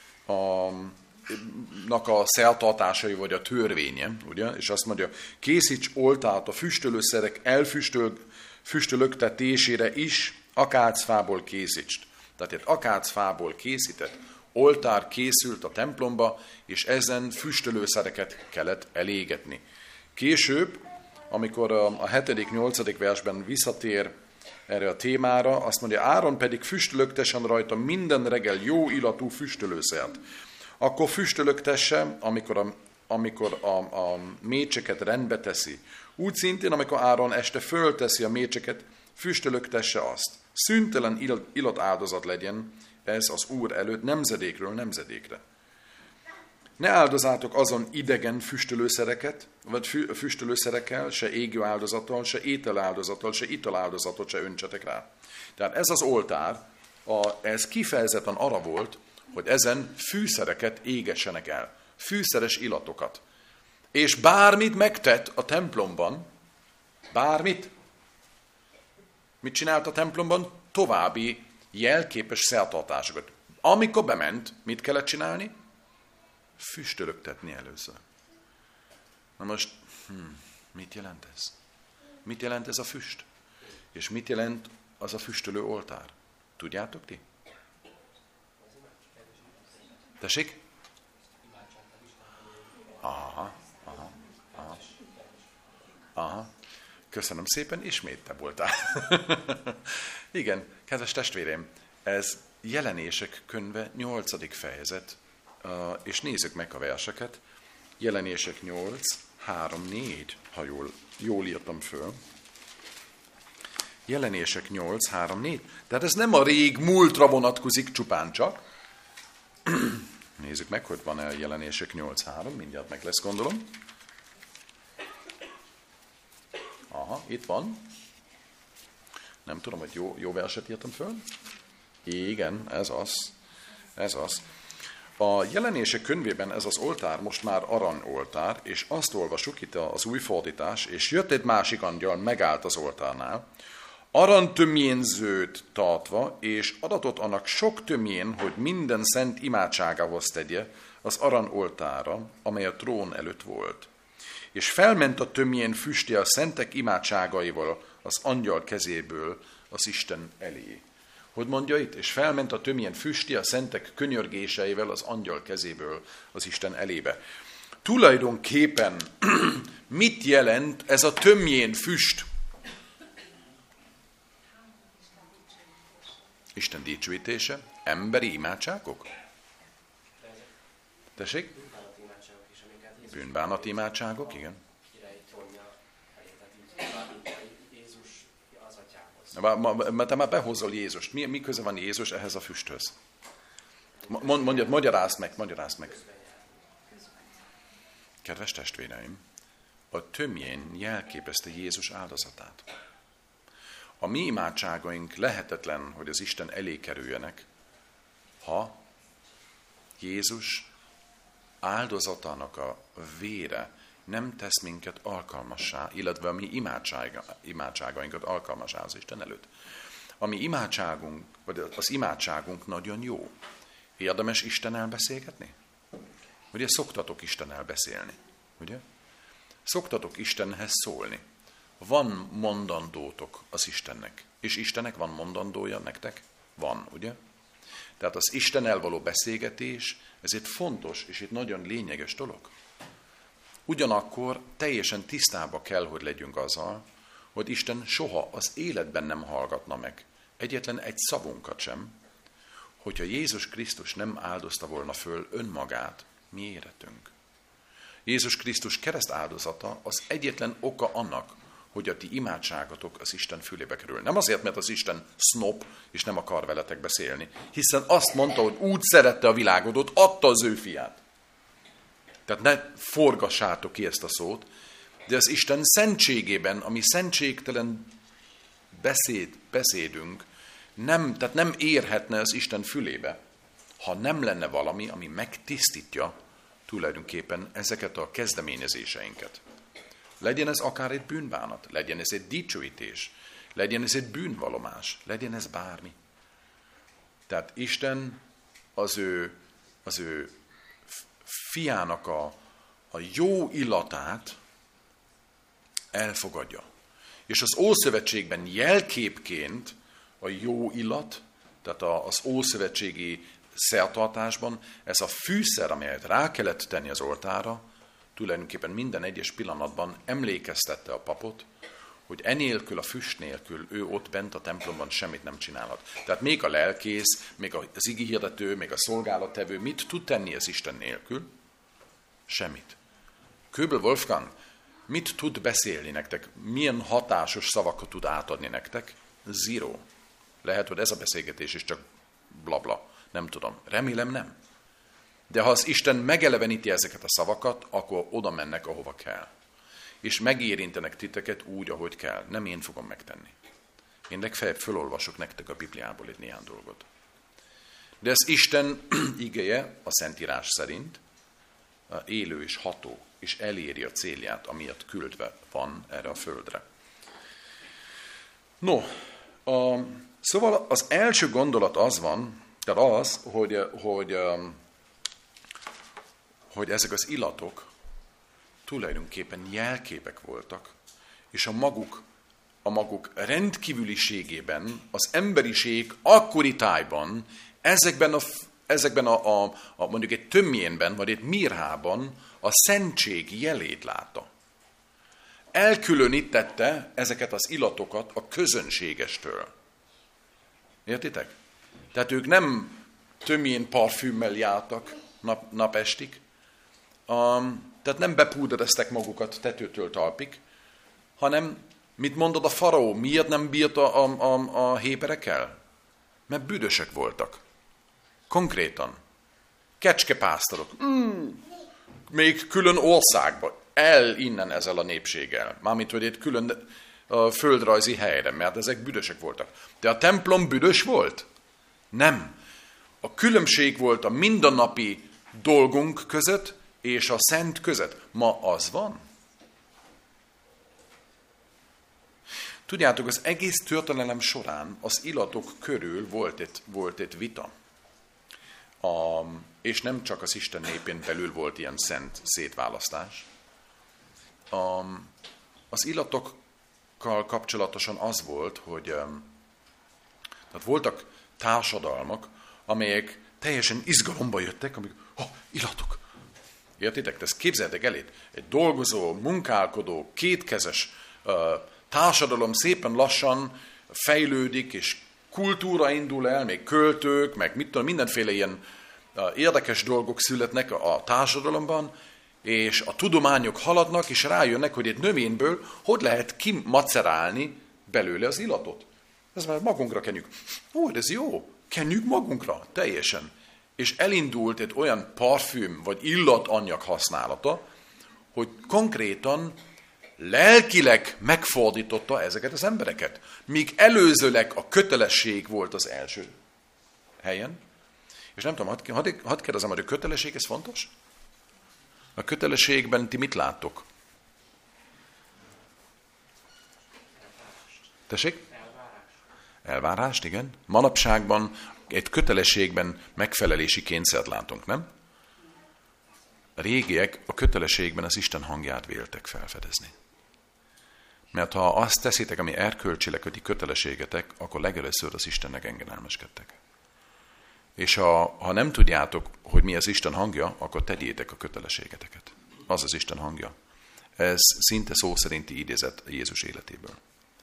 a szertartásai vagy a törvénye, ugye? És azt mondja, készíts oltárt a füstölőszerek elfüstölögtetésére is, akácfából készíts. Tehát egy akácfából készített oltár készült a templomba, és ezen füstölőszereket kellett elégetni. Később, amikor a 7.-8. versben visszatér erre a témára, azt mondja, Áron pedig füstölögtessen rajta minden reggel jó illatú füstölőszert. Akkor füstölögtesse, amikor a mécseket rendbe teszi. Úgy szintén, amikor Áron este fölteszi a mécseket, füstölögtesse azt. Szüntelen illatáldozat legyen ez az Úr előtt nemzedékről nemzedékre. Ne áldozátok azon idegen füstölőszereket, vagy füstölőszerekkel, se égő áldozattal, se ételáldozattal, se italáldozatot se öntsetek rá. Tehát ez az oltár, ez kifejezetten arra volt, hogy ezen fűszereket égessenek el. fűszeres illatokat. És bármit megtett a templomban, bármit, mit csinált a templomban? További jelképes szertartásokat. Amikor bement, mit kellett csinálni? Füstölögtetni először. Na most, mit jelent ez? Mit jelent ez a füst? És mit jelent az a füstölő oltár? Tudjátok ti? Tessék? Aha. Köszönöm szépen, ismét te voltál. Igen, kedves testvérem, ez Jelenések könyve 8. fejezet, és nézzük meg a verseket. Jelenések 8, 3, 4, ha jól írtam föl. Jelenések 8, 3, 4. Tehát ez nem a rég múltra vonatkozik csupán csak. Nézzük meg, hogy van-e a Jelenések 8, 3, mindjárt meg lesz, gondolom. Aha, itt van. Nem tudom, hogy jó verset írtam föl. Igen, ez az. A Jelenések könyvében ez az oltár most már aranyoltár, és azt olvasjuk itt az új fordítás, és jött egy másik angyal, megállt az oltárnál, aranytömjénzőt tartva, és adatot annak sok tömjén, hogy minden szent imádságához tegye az aranyoltára, amely a trón előtt volt. És felment a tömjén füstje a szentek imádságaival az angyal kezéből az Isten elé. Hogy mondja itt? És felment a tömjén füstje a szentek könyörgéseivel az angyal kezéből az Isten elébe. Tulajdonképpen mit jelent ez a tömjén füst? Isten dicsőítése? Emberi imádságok? Tessék? Bűnbánati imádságok, igen. Te már behozol Jézust. Mi köze van Jézus ehhez a füsthöz? Magyarázd meg. Kedves testvéreim, a tömjén jelképezte Jézus áldozatát. A mi imádságaink lehetetlen, hogy az Isten elé kerüljenek, ha Jézus áldozatának a vére nem tesz minket alkalmassá, illetve a mi imádságainkat alkalmassá az Isten előtt. A mi imádságunk, vagy az imádságunk nagyon jó. Érdemes Istennel beszélgetni? Ugye szoktatok Istennel beszélni? Ugye? Szoktatok Istenhez szólni. Van mondandótok az Istennek. És Istennek van mondandója nektek? Van, ugye? Tehát az Istennel való beszélgetés, ez egy fontos és egy nagyon lényeges dolog. Ugyanakkor teljesen tisztába kell, hogy legyünk azzal, hogy Isten soha az életben nem hallgatna meg egyetlen egy szavunkat sem, hogyha Jézus Krisztus nem áldozta volna föl önmagát mi életünk. Jézus Krisztus kereszt áldozata az egyetlen oka annak, hogy a ti imádságotok az Isten fülébe kerül. Nem azért, mert az Isten sznop, és nem akar veletek beszélni, hiszen azt mondta, hogy úgy szerette a világot, adta az ő fiát. Tehát ne forgassátok ki ezt a szót, de az Isten szentségében, ami szentségtelen beszédünk, tehát nem érhetne az Isten fülébe, ha nem lenne valami, ami megtisztítja tulajdonképpen ezeket a kezdeményezéseinket. Legyen ez akár egy bűnbánat, legyen ez egy dicsőítés, legyen ez egy bűnvallomás, legyen ez bármi. Tehát Isten az ő fiának a jó illatát elfogadja. És az Ószövetségben jelképként a jó illat, tehát az ószövetségi szertartásban ez a fűszer, amelyet rá kellett tenni az oltárra, tulajdonképpen minden egyes pillanatban emlékeztette a papot, hogy enélkül, a füst nélkül ő ott bent a templomban semmit nem csinálhat. Tehát még a lelkész, még az igihirdető, még a szolgálattevő mit tud tenni az Isten nélkül? Semmit. Köbel Wolfgang mit tud beszélni nektek? Milyen hatásos szavakat tud átadni nektek? Zero. Lehet, hogy ez a beszélgetés is csak blabla. Nem tudom. Remélem nem. De ha az Isten megeleveníti ezeket a szavakat, akkor oda mennek, ahova kell. És megérintenek titeket úgy, ahogy kell. Nem én fogom megtenni. Én legfeljebb fölolvasok nektek a Bibliából egy néhány dolgot. De az Isten igéje a Szentírás szerint élő és ható, és eléri a célját, amiatt küldve van erre a földre. No, szóval az első gondolat az van, tehát az, hogy ezek az illatok tulajdonképpen jelképek voltak, és a maguk rendkívüliségében, az emberiség akkori tájban, ezekben a mondjuk egy tömjénben, vagy egy mirhában a szentség jelét látta. Elkülönítette ezeket az illatokat a közönségestől. Értitek? Tehát ők nem tömjén parfümmel jártak napestig, tehát nem bepúdereztek magukat tetőtől talpig, hanem, mit mondod a faraó, miért nem bírt a héberekkel? Mert büdösek voltak. Konkrétan. Kecskepásztorok. Még külön országba. El innen ezzel a népséggel. Mármint, hogy egy külön földrajzi helyre, mert ezek büdösek voltak. De a templom büdös volt? Nem. A különbség volt a mindennapi dolgunk között és a szent között. Ma az van. Tudjátok, az egész történelem során az illatok körül volt egy vita. És nem csak az Isten népén belül volt ilyen szent szétválasztás. Az illatokkal kapcsolatosan az volt, hogy tehát voltak társadalmak, amelyek teljesen izgalomba jöttek, amik, illatok. Értitek? Ezt képzeljétek elét. Egy dolgozó, munkálkodó, kétkezes társadalom szépen lassan fejlődik, és kultúra indul el, még költők, meg mit tudom, mindenféle ilyen érdekes dolgok születnek a társadalomban, és a tudományok haladnak, és rájönnek, hogy egy növényből hogy lehet kimacerálni belőle az illatot. Ez már magunkra kenjük. Ez jó, kenjük magunkra, teljesen. És elindult egy olyan parfüm vagy illatanyag használata, hogy konkrétan lelkileg megfordította ezeket az embereket. Míg előzőleg a kötelesség volt az első helyen. És nem tudom, hadd kérdezem, hogy a kötelesség, ez fontos? A kötelességben ti mit láttok? Tessék? Elvárást, igen. Manapságban egy kötelességben megfelelési kényszert látunk, nem? A régiek a kötelességben az Isten hangját véltek felfedezni. Mert ha azt teszitek, ami erkölcsileg a ti kötelességetek, akkor legelőször az Istennek engedelmeskedtek. És ha nem tudjátok, hogy mi az Isten hangja, akkor tegyétek a kötelességeteket. Az az Isten hangja. Ez szinte szó szerinti idézet Jézus életéből.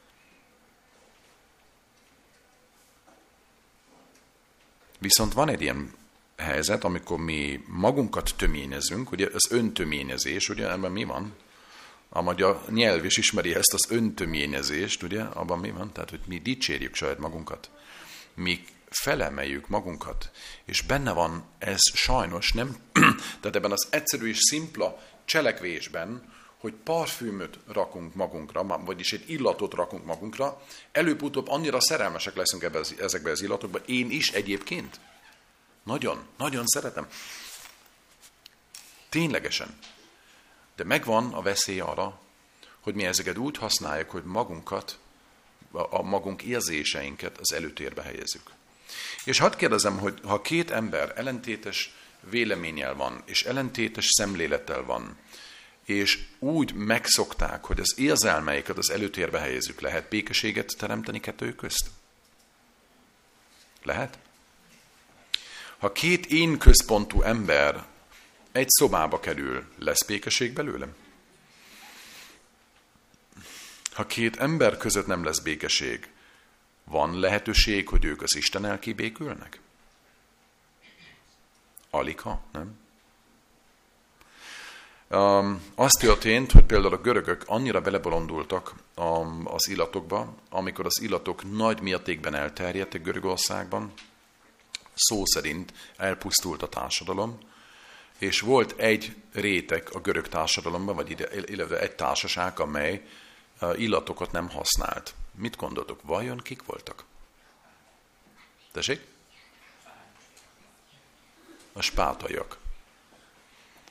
Viszont van egy ilyen helyzet, amikor mi magunkat töményezünk, ugye az öntöményezés, ugye ebben mi van? A magyar nyelv is ismeri ezt az öntöményezést, ugye, abban mi van? Tehát, hogy mi dicsérjük saját magunkat. Mi felemeljük magunkat, és benne van ez sajnos nem, tehát ebben az egyszerű és szimpla cselekvésben, hogy parfümöt rakunk magunkra, vagyis egy illatot rakunk magunkra, előbb-utóbb annyira szerelmesek leszünk ezekbe az illatokba, én is egyébként. Nagyon, nagyon szeretem. Ténylegesen. De megvan a veszély arra, hogy mi ezeket úgy használjuk, hogy magunkat, a magunk érzéseinket az előtérbe helyezzük. És hadd kérdezem, hogy ha két ember ellentétes véleménnyel van, és ellentétes szemlélettel van, és úgy megszokták, hogy az érzelmeiket az előtérbe helyezzük, lehet békeséget teremteni kettőjük közt? Lehet? Ha két én központú ember egy szobába kerül, lesz békesség belőlem? Ha két ember között nem lesz békesség, van lehetőség, hogy ők az Istennel kibékülnek? Aligha, nem? Az történt, hogy például a görögök annyira belebolondultak az illatokba, amikor az illatok nagy mértékben elterjedtek Görögországban, szó szerint elpusztult a társadalom, és volt egy réteg a görög társadalomban, vagy illetve egy társaság, amely illatokat nem használt. Mit gondoltok? Vajon kik voltak? Tessék? A spártaiak.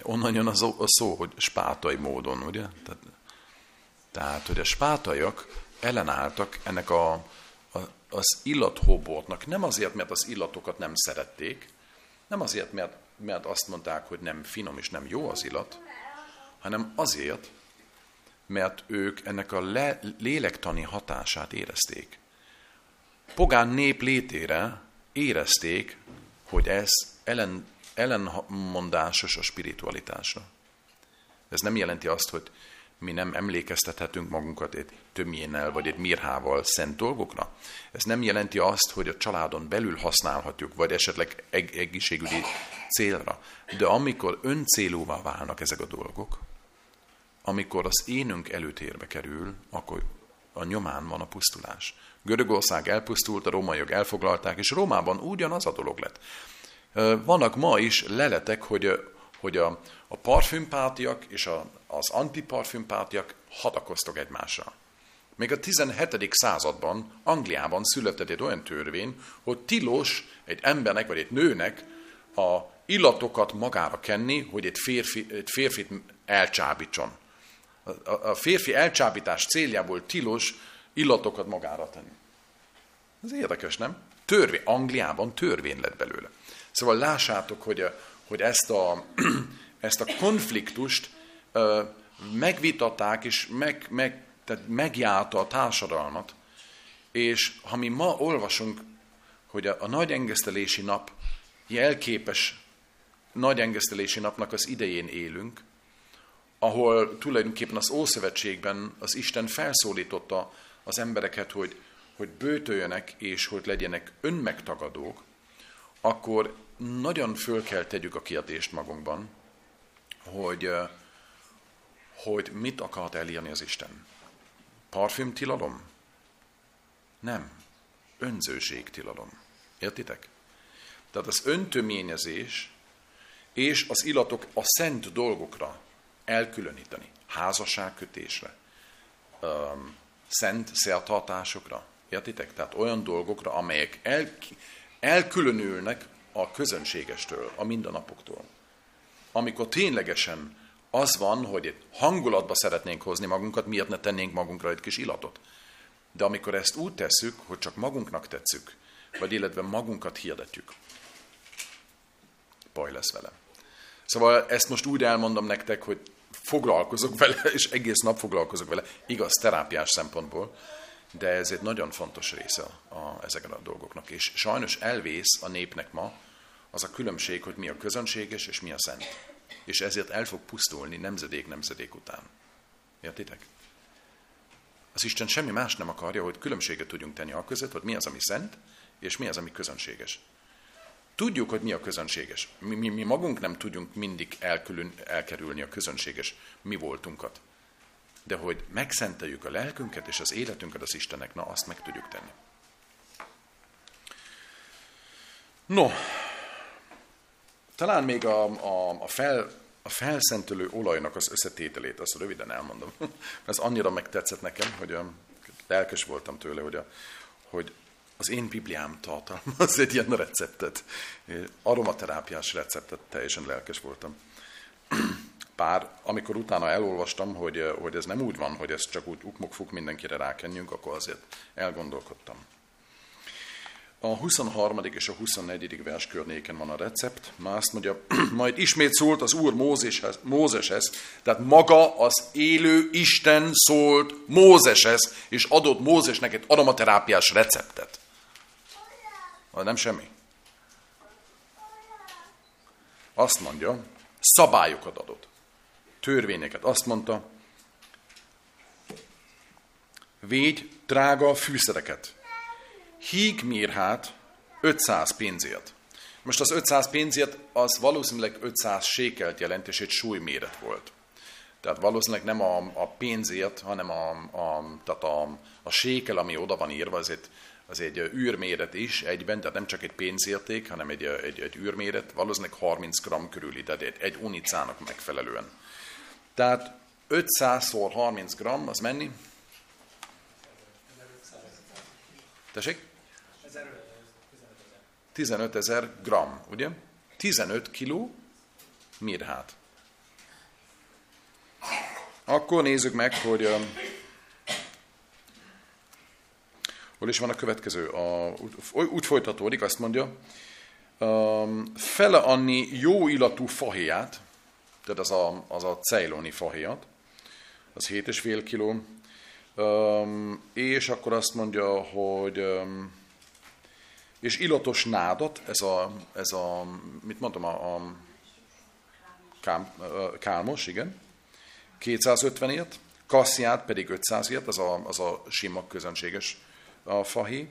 onnan jön a szó, hogy spátai módon, ugye? Tehát, hogy a spátaiak ellenálltak ennek az illathóbortnak, nem azért, mert az illatokat nem szerették, nem azért, mert azt mondták, hogy nem finom és nem jó az illat, hanem azért, mert ők ennek a lélektani hatását érezték. Pogán nép létére érezték, hogy ez ellenmondásos a spiritualitásra. Ez nem jelenti azt, hogy mi nem emlékeztethetünk magunkat egy tömjénnel vagy egy mirhával szent dolgokra. Ez nem jelenti azt, hogy a családon belül használhatjuk, vagy esetleg egészségügyi célra. De amikor öncélúvá válnak ezek a dolgok, amikor az énünk előtérbe kerül, akkor a nyomán van a pusztulás. Görögország elpusztult, a rómaiak elfoglalták, és Rómában ugyanaz a dolog lett. Vannak ma is leletek, hogy a parfümpártiak és az antiparfümpártiak hadakoztak egymással. Még a 17. században Angliában született egy olyan törvény, hogy tilos egy embernek vagy egy nőnek a illatokat magára kenni, hogy egy férfit elcsábítson. A férfi elcsábítás céljából tilos illatokat magára tenni. Ez érdekes, nem? Angliában törvény lett belőle. Szóval lássátok, hogy ezt a konfliktust megvitatták, és tehát megjárta a társadalmat. És ha mi ma olvasunk, hogy a nagy engesztelési nap jelképes nagy engesztelési napnak az idején élünk, ahol tulajdonképpen az Ószövetségben az Isten felszólította az embereket, hogy bőtöljönek és hogy legyenek önmegtagadók, akkor nagyon föl kell tegyük a kérdést magunkban, hogy mit akart elírni az Isten. Parfümtilalom? Nem. Önzőségtilalom. Értitek? Tehát az öntöményezés és az illatok a szent dolgokra elkülöníteni. Házasságkötésre, szent szertartásokra. Értitek? Tehát olyan dolgokra, amelyek elkülönülnek a közönségestől, a mindennapoktól. Amikor ténylegesen az van, hogy egy hangulatba szeretnénk hozni magunkat, miért ne tennénk magunkra egy kis illatot. De amikor ezt úgy tesszük, hogy csak magunknak tetszük, vagy illetve magunkat hirdetjük, baj lesz vele. Szóval ezt most úgy elmondom nektek, hogy foglalkozok vele, és egész nap foglalkozok vele, igaz, terápiás szempontból, de ez egy nagyon fontos része ezeknek a dolgoknak. És sajnos elvész a népnek ma az a különbség, hogy mi a közönséges és mi a szent. És ezért el fog pusztulni nemzedék után. Értitek? Az Isten semmi más nem akarja, hogy különbséget tudjunk tenni a között, hogy mi az, ami szent, és mi az, ami közönséges. Tudjuk, hogy mi a közönséges. Mi magunk nem tudjunk mindig elkerülni a közönséges mi voltunkat. De hogy megszenteljük a lelkünket és az életünket az Istennek, na azt meg tudjuk tenni. No, talán még a felszentölő olajnak az összetételét, azt röviden elmondom. Ez annyira megtetszett nekem, hogy lelkes voltam tőle, hogy az én Bibliám tartalmaz egy ilyen receptet. Aromaterápiás receptet, teljesen lelkes voltam. Amikor utána elolvastam, hogy ez nem úgy van, hogy ezt csak úgy ukmok-fuk mindenkire rákenjünk, akkor azért elgondolkodtam. A 23. és a 24. vers környéken van a recept. Már azt mondja, majd ismét szólt az Úr Mózeshez, tehát maga az élő Isten szólt Mózeshez, és adott Mózesnek egy aromaterápiás receptet. Nem semmi. Azt mondja, szabályokat adott. Törvényeket. Azt mondta, védj drága fűszereket. Hígmirhát 500 pénzért. Most az 500 pénzért az valószínűleg 500 sékelt jelent, és egy súlyméret volt. Tehát valószínűleg nem a pénzért, hanem a sékel, ami oda van írva, az egy űrméret is egyben, tehát nem csak egy pénzérték, hanem egy űrméret, valószínűleg 30 g körüli, tehát egy unicának megfelelően. Tehát 500 x 30 g, az mennyi? 15 000 g, ugye? 15 kg mirhát. Akkor nézzük meg, hogy hol is van a következő. Úgy folytatódik, azt mondja, fele annyi jó illatú fahéját, tehát az a ceyloni fahéjat, az 7,5 kiló, és akkor azt mondja, hogy és illatos nádat, ez a mit mondtam, a kálmos, igen, 250-ért, kassziát pedig 500-ért, az a sima közönséges fahéj,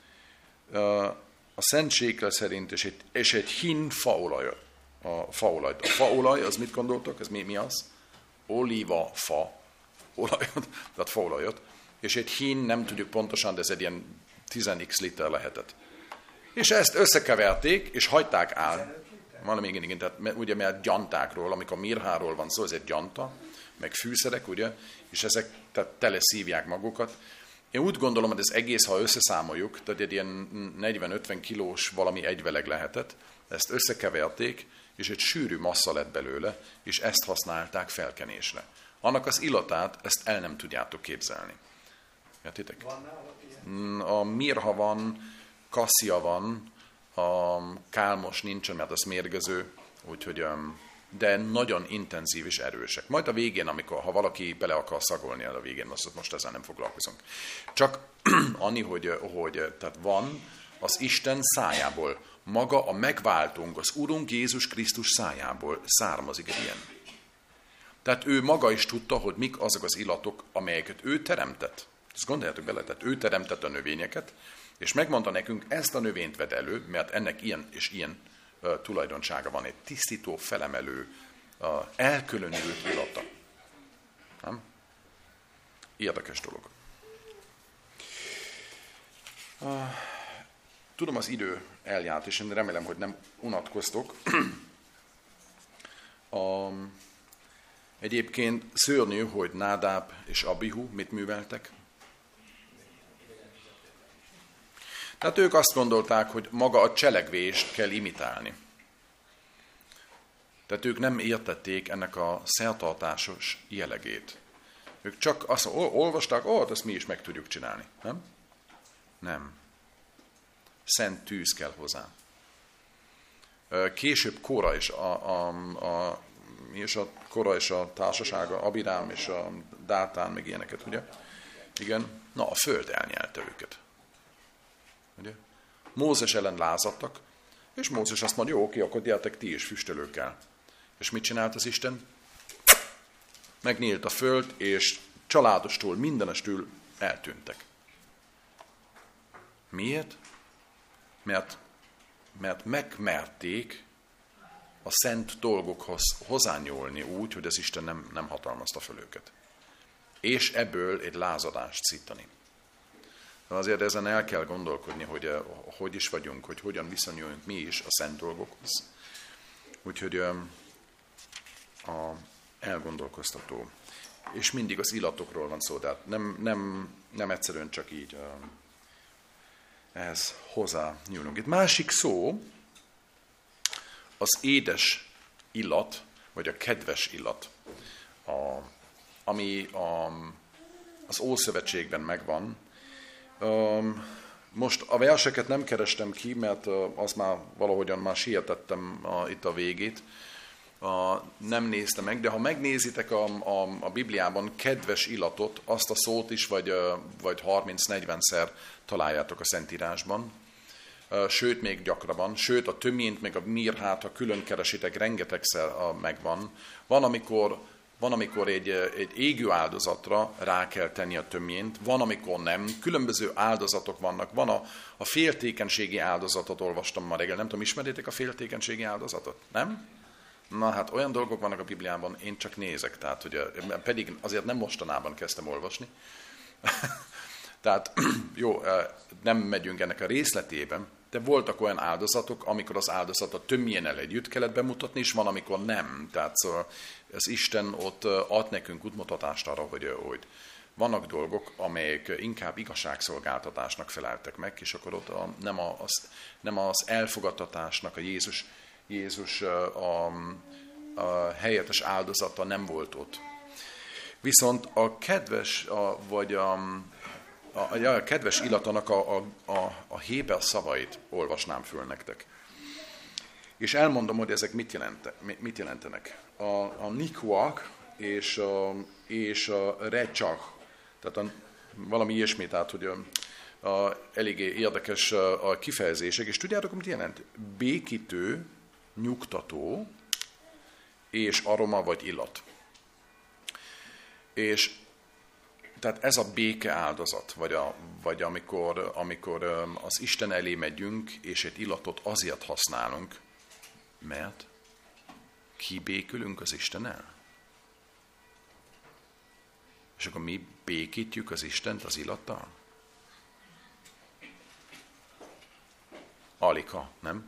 a szentségre szerint, és egy hin faolajat. A faolaj, az mit gondoltok? Ez mi az? Olívafa olajat, tehát faolajat. És egy hin, nem tudjuk pontosan, de ez egy ilyen 10x liter lehetett. És ezt összekeverték, és hagyták áll. Valami igen, tehát ugye, mert gyantákról, amikor mirháról van szó, ez egy gyanta, meg fűszerek, ugye, és ezek tehát teleszívják magukat. Én úgy gondolom, hogy ez egész, ha összeszámoljuk, tehát egy ilyen 40-50 kilós valami egyveleg lehetett, ezt összekeverték, és egy sűrű massza lett belőle, és ezt használták felkenésre. Annak az illatát, ezt el nem tudjátok képzelni. Értitek? A mirha van, kasszia van, a kálmos nincsen, mert az mérgező, úgyhogy, de nagyon intenzív és erősek. Majd a végén, ha valaki bele akar szagolni el a végén, most ezzel nem foglalkozunk. Csak annyi, hogy tehát van az Isten szájából, maga a megváltunk, az Urunk Jézus Krisztus szájából származik egy ilyen. Tehát ő maga is tudta, hogy mik azok az illatok, amelyeket ő teremtett. Ezt gondoljátok bele, tehát ő teremtett a növényeket, és megmondta nekünk, ezt a növényt vedd elő, mert ennek ilyen és ilyen tulajdonsága van, egy tisztító, felemelő, elkülönült illata. Nem? Érdekes dolog. Tudom, az idő eljárt, és én remélem, hogy nem unatkoztok. Egyébként szörnyű, hogy Nádáb és Abihu mit műveltek. Tehát ők azt gondolták, hogy maga a cselekvést kell imitálni. Tehát ők nem értették ennek a szertartásos jellegét. Ők csak azt olvasták, ezt mi is meg tudjuk csinálni. Nem? Nem. Szent tűz kell hozzá. Később Kóra és a társasága, Abirám és a Dátán, meg ilyeneket, ugye? Igen. Na, a föld elnyelte őket. Ugye? Mózes ellen lázadtak, és Mózes azt mondja, jó, oké, akkor gyertek ti is füstölőkkel. És mit csinált az Isten? Megnyílt a föld, és családostól, mindenestől eltűntek. Miért? Mert megmerték a szent dolgokhoz hozzányúlni úgy, hogy az Isten nem hatalmazta föl őket. És ebből egy lázadást szítani. De azért ezen el kell gondolkodni, hogy is vagyunk, hogy hogyan viszonyuljunk mi is a szent dolgokhoz. Úgyhogy elgondolkoztató. És mindig az illatokról van szó, tehát nem egyszerűen csak így ehhez hozzányúlunk. Itt másik szó, az édes illat, vagy a kedves illat, ami az Ószövetségben megvan. Most a verseket nem kerestem ki, mert az már valahogyan már sietettem itt a végét. Nem néztem meg, de ha megnézitek a Bibliában kedves illatot, azt a szót is vagy 30-40-szer találjátok a Szentírásban. Sőt, még gyakrabban. Sőt, a töményt, meg a mirhát, ha külön keresitek, rengetegszer megvan. Van, amikor egy égő áldozatra rá kell tenni a töményt, van, amikor nem. Különböző áldozatok vannak. Van a féltékenységi áldozatot, olvastam ma reggel. Nem tudom, ismeritek a féltékenységi áldozatot? Nem? Na hát olyan dolgok vannak a Bibliában, én csak nézek, tehát, hogy pedig azért nem mostanában kezdtem olvasni. Tehát jó, nem megyünk ennek a részletében, de voltak olyan áldozatok, amikor az áldozatot tömjénel együtt kellett bemutatni, és van, amikor nem. Tehát szóval az Isten ott ad nekünk útmutatást arra, hogy vannak dolgok, amelyek inkább igazságszolgáltatásnak feleltek meg, és akkor ott nem az elfogadtatásnak, a Jézus a helyettes áldozata nem volt ott. Viszont a kedves, a kedves illatának a héber szavait olvasnám föl nektek. És elmondom, hogy ezek mit jelentenek. A nikuak és a recsach, tehát valami ilyesmi, tehát hogy eléggé érdekes a kifejezések, és tudjátok, mit jelent? Békítő, nyugtató és aroma vagy illat. És tehát ez a béke áldozat, vagy amikor az Isten elé megyünk, és egy illatot azért használunk, mert kibékülünk az Istennel. És akkor mi békítjük az Istent az illattal? Aligha, nem?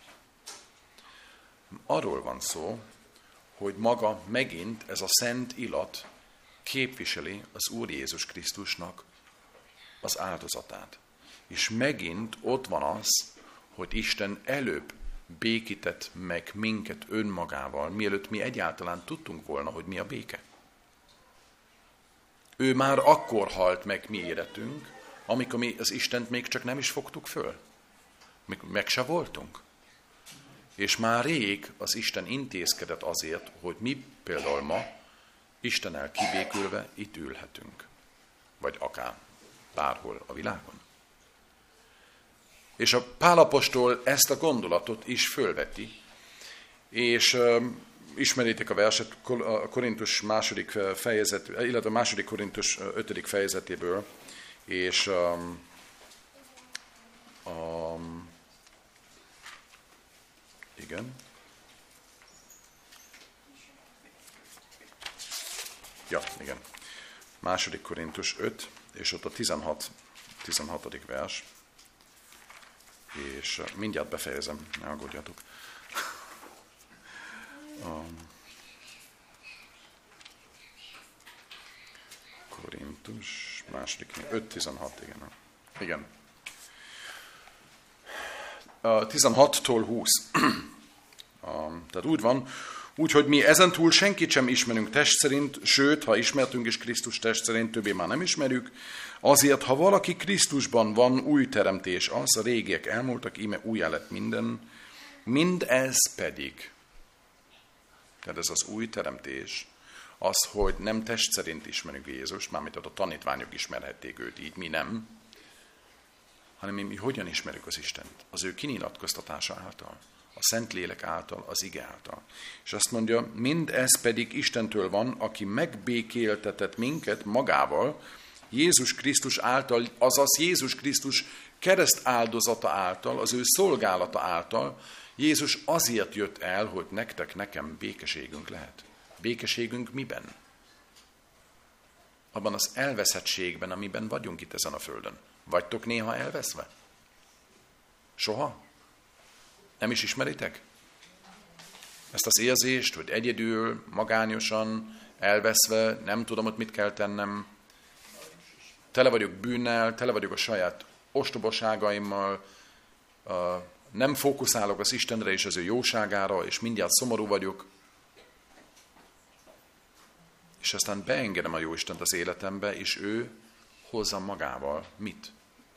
Arról van szó, hogy maga megint ez a szent illat képviseli az Úr Jézus Krisztusnak az áldozatát. És megint ott van az, hogy Isten előbb békített meg minket önmagával, mielőtt mi egyáltalán tudtunk volna, hogy mi a béke. Ő már akkor halt meg mi életünk, amikor mi az Istent még csak nem is fogtuk föl. Meg se voltunk. És már rég az Isten intézkedett azért, hogy mi például ma Istennel kibékülve itt ülhetünk. Vagy akár bárhol a világon. És a Pál apostol ezt a gondolatot is fölveti, és ismeritek a verset a Korintus második fejezet, illetve a második Korintus 5. fejezetéből, és igen. Ja, igen. Második Korintus 5, és ott a 16. vers. És mindjárt befejezem, ne aggódjatok. Korintus, második, 5-16, igen. Igen. 16-tól 20. Tehát úgy van, úgyhogy mi ezentúl senkit sem ismerünk test szerint, sőt, ha ismertünk is Krisztus test szerint, többé már nem ismerjük. Azért, ha valaki Krisztusban van, új teremtés az, a régiek elmúltak, íme újjá lett minden, mindez pedig, tehát ez az új teremtés, az, hogy nem test szerint ismerünk Jézust, mármint a tanítványok ismerhették őt, így mi nem, hanem mi hogyan ismerjük az Istent? Az ő kinyilatkoztatása által, a Szentlélek által, az ige által. És azt mondja, mindez pedig Istentől van, aki megbékéltetett minket magával, Jézus Krisztus által, azaz Jézus Krisztus kereszt áldozata által, az ő szolgálata által. Jézus azért jött el, hogy nektek, nekem békeségünk lehet. Békeségünk miben? Abban az elveszettségben, amiben vagyunk itt ezen a földön. Vagytok néha elveszve? Soha? Nem is ismeritek? Ezt az érzést, hogy egyedül, magányosan, elveszve, nem tudom, hogy mit kell tennem. Tele vagyok bűnnel, tele vagyok a saját ostobaságaimmal, nem fókuszálok az Istenre és az ő jóságára, és mindjárt szomorú vagyok. És aztán beengedem a Jóistent az életembe, és ő hozza magával mit?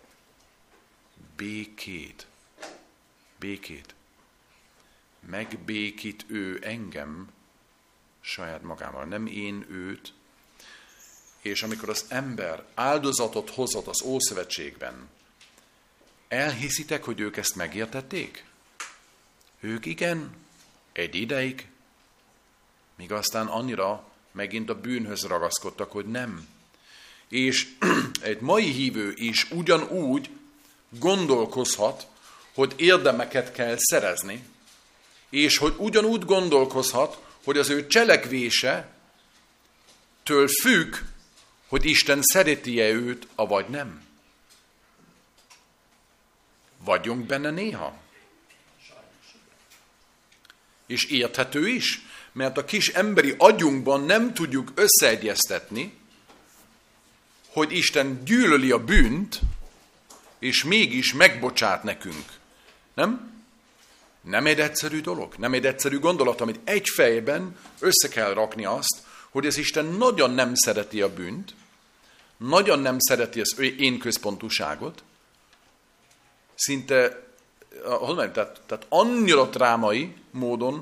Békét. Békét. Megbékít ő engem saját magával, nem én őt. És amikor az ember áldozatot hozott az Ószövetségben, elhiszitek, hogy ők ezt megértették? Ők igen, egy ideig, míg aztán annyira megint a bűnhöz ragaszkodtak, hogy nem. És egy mai hívő is ugyanúgy gondolkozhat, hogy érdemeket kell szerezni, és hogy ugyanúgy gondolkozhat, hogy az ő cselekvése től függ, hogy Isten szereti-e őt, avagy nem. Vagyunk benne néha. És érthető is, mert a kis emberi agyunkban nem tudjuk összeegyeztetni, hogy Isten gyűlöli a bűnt, és mégis megbocsát nekünk. Nem? Nem egy egyszerű dolog, nem egy egyszerű gondolat, amit egy fejben össze kell rakni azt, hogy az Isten nagyon nem szereti a bűnt, nagyon nem szereti az én központúságot, szinte, tehát annyira drámai módon,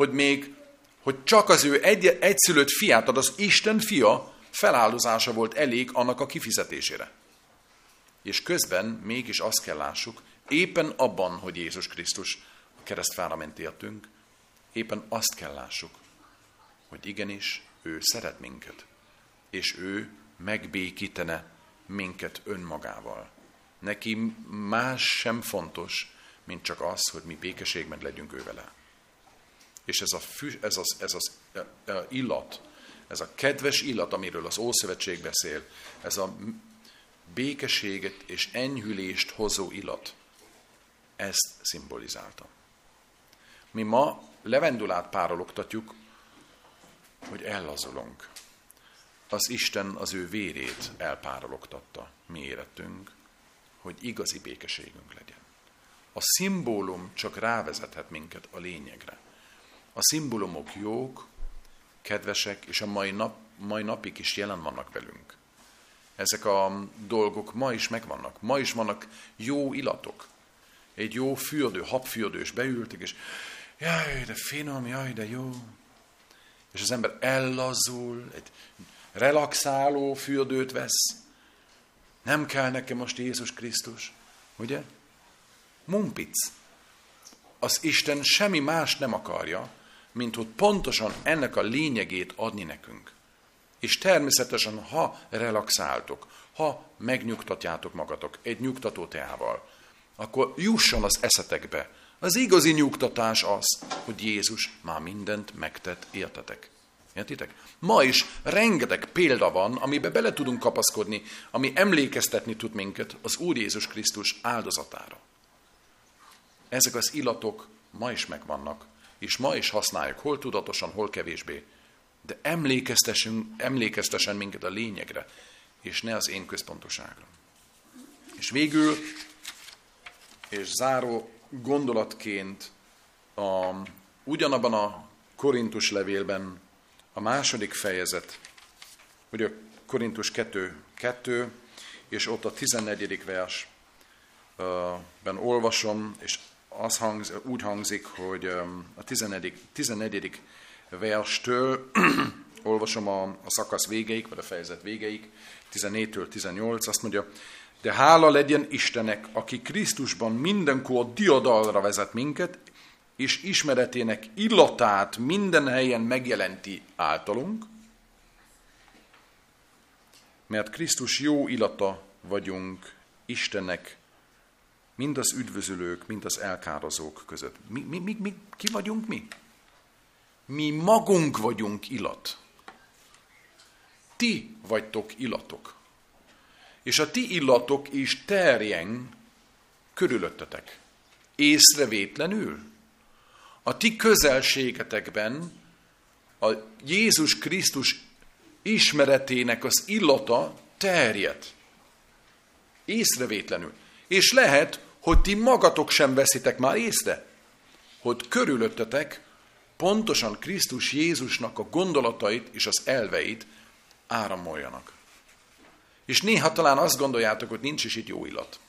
hogy csak az ő egyszülött fiát, az Isten fia feláldozása volt elég annak a kifizetésére. És közben mégis azt kell lássuk, éppen abban, hogy Jézus Krisztus a keresztfára ment értünk, éppen azt kell lássuk, hogy igenis ő szeret minket, és ő megbékítene minket önmagával. Neki más sem fontos, mint csak az, hogy mi békeségben legyünk ő vele. És ez az illat, ez a kedves illat, amiről az Ószövetség beszél, ez a békeséget és enyhülést hozó illat, ezt szimbolizálta. Mi ma levendulát párologtatjuk, hogy ellazulunk. Az Isten az ő vérét elpárologtatta mi életünk, hogy igazi békeségünk legyen. A szimbólum csak rávezethet minket a lényegre. A szimbólumok jók, kedvesek, és a mai napig is jelen vannak velünk. Ezek a dolgok ma is megvannak. Ma is vannak jó illatok. Egy jó fürdő, habfürdős beültek, és jaj, de finom, jaj, de jó. És az ember ellazul, egy relaxáló fürdőt vesz. Nem kell nekem most Jézus Krisztus, ugye? Mumpic. Az Isten semmi más nem akarja, mint hogy pontosan ennek a lényegét adni nekünk. És természetesen, ha relaxáltok, ha megnyugtatjátok magatok egy nyugtató teával, akkor jusson az eszetekbe. Az igazi nyugtatás az, hogy Jézus már mindent megtett, értetek. Értitek? Ma is rengeteg példa van, amiben bele tudunk kapaszkodni, ami emlékeztetni tud minket az Úr Jézus Krisztus áldozatára. Ezek az illatok ma is megvannak, és ma is használjuk, hol tudatosan, hol kevésbé. De emlékeztessen minket a lényegre, és ne az én központoságra. És végül, és záró gondolatként ugyanabban a Korintus levélben a második fejezet, ugye Korintus 2, és ott a 14. versben olvasom, és úgy hangzik, hogy a 14. verstől olvasom a szakasz végéig, vagy a fejezet végéig, 14-től 18, azt mondja, de hála legyen Istennek, aki Krisztusban mindenkor diadalra vezet minket, és ismeretének illatát minden helyen megjelenti általunk, mert Krisztus jó illata vagyunk Istennek, mind az üdvözülők, mind az elkározók között. Ki vagyunk mi? Mi magunk vagyunk illat. Ti vagytok illatok. És a ti illatok is terjen körülöttetek. Észrevétlenül. A ti közelségetekben a Jézus Krisztus ismeretének az illata terjed. Észrevétlenül. És lehet, hogy ti magatok sem veszitek már észre, hogy körülöttetek pontosan Krisztus Jézusnak a gondolatait és az elveit áramoljanak. És néha talán azt gondoljátok, hogy nincs is itt jó illat.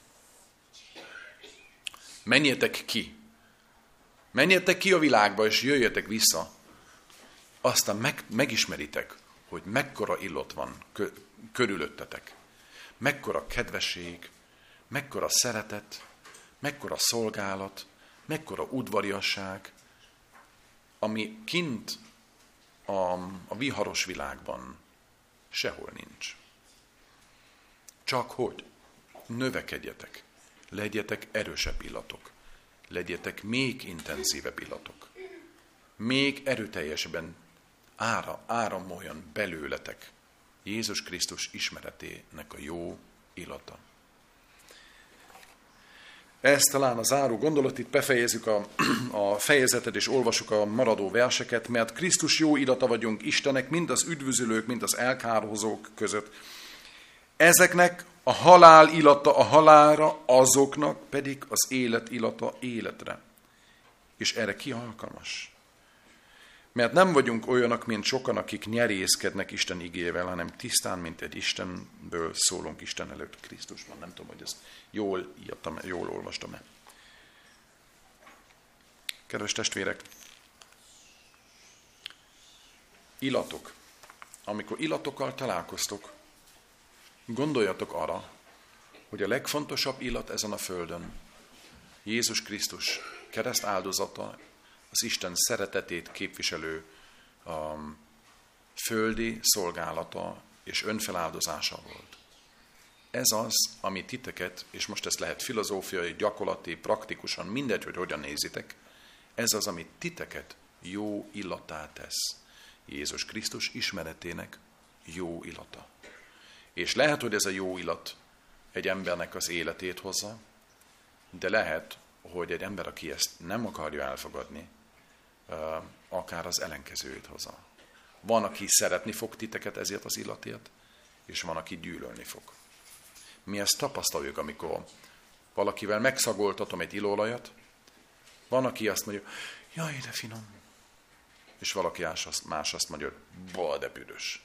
Menjetek ki. Menjetek ki a világba, és jöjjetek vissza. Aztán megismeritek, hogy mekkora illat van körülöttetek. Mekkora kedvesség, mekkora szeretet, mekkora szolgálat, mekkora udvariasság, ami kint a viharos világban sehol nincs. Csak hogy növekedjetek, legyetek erősebb illatok, legyetek még intenzívebb illatok, még erőteljesebben áramoljon belőletek Jézus Krisztus ismeretének a jó illata. Ez talán a záró gondolat, itt befejezzük a fejezetet, és olvasjuk a maradó verseket, mert Krisztus jó illata vagyunk Istennek, mind az üdvözülők, mind az elkárhozók között. Ezeknek a halál illata a halálra, azoknak pedig az élet illata életre. És erre ki alkalmas? Mert nem vagyunk olyanok, mint sokan, akik nyerészkednek Isten igével, hanem tisztán, mint egy Istenből szólunk Isten előtt Krisztusban. Nem tudom, hogy ezt jól írtam, jól olvastam-e. Kedves testvérek, illatok. Amikor illatokkal találkoztok, gondoljatok arra, hogy a legfontosabb illat ezen a földön Jézus Krisztus kereszt áldozata, az Isten szeretetét képviselő földi szolgálata és önfeláldozása volt. Ez az, ami titeket, és most ezt lehet filozófiai, gyakorlati, praktikusan, mindegy, hogy hogyan nézitek, ez az, ami titeket jó illattá tesz. Jézus Krisztus ismeretének jó illata. És lehet, hogy ez a jó illat egy embernek az életét hozza, de lehet, hogy egy ember, aki ezt nem akarja elfogadni, akár az ellenkezőjét hozza. Van, aki szeretni fog titeket ezért az illatért, és van, aki gyűlölni fog. Mi ezt tapasztaljuk, amikor valakivel megszagoltatom egy illóolajat, van, aki azt mondja, jaj, de finom. És valaki más azt mondja, de büdös.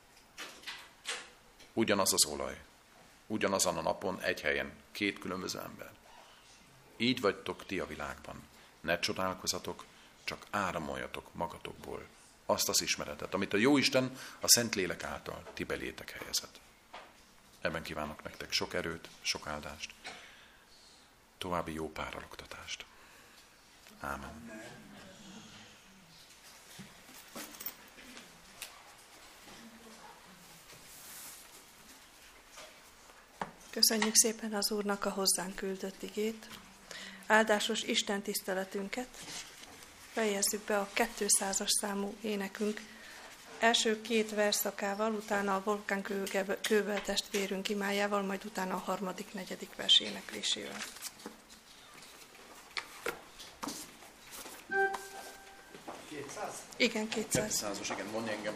Ugyanaz az olaj, ugyanazon a napon, egy helyen, két különböző ember. Így vagytok ti a világban. Ne csodálkozatok, csak áramoljatok magatokból azt az ismeretet, amit a Jóisten a Szentlélek által ti belétek helyezett. Ebben kívánok nektek sok erőt, sok áldást, további jó párologtatást. Ámen. Köszönjük szépen az Úrnak a hozzánk küldött igét. Áldásos Isten tiszteletünket fejezzük be a 200-as számú énekünk első két versszakával, utána a Volkán Kőbel testvérünk imájával, majd utána a harmadik, negyedik vers éneklésével. 200? Igen, 200. 200-as, igen, mondj engem.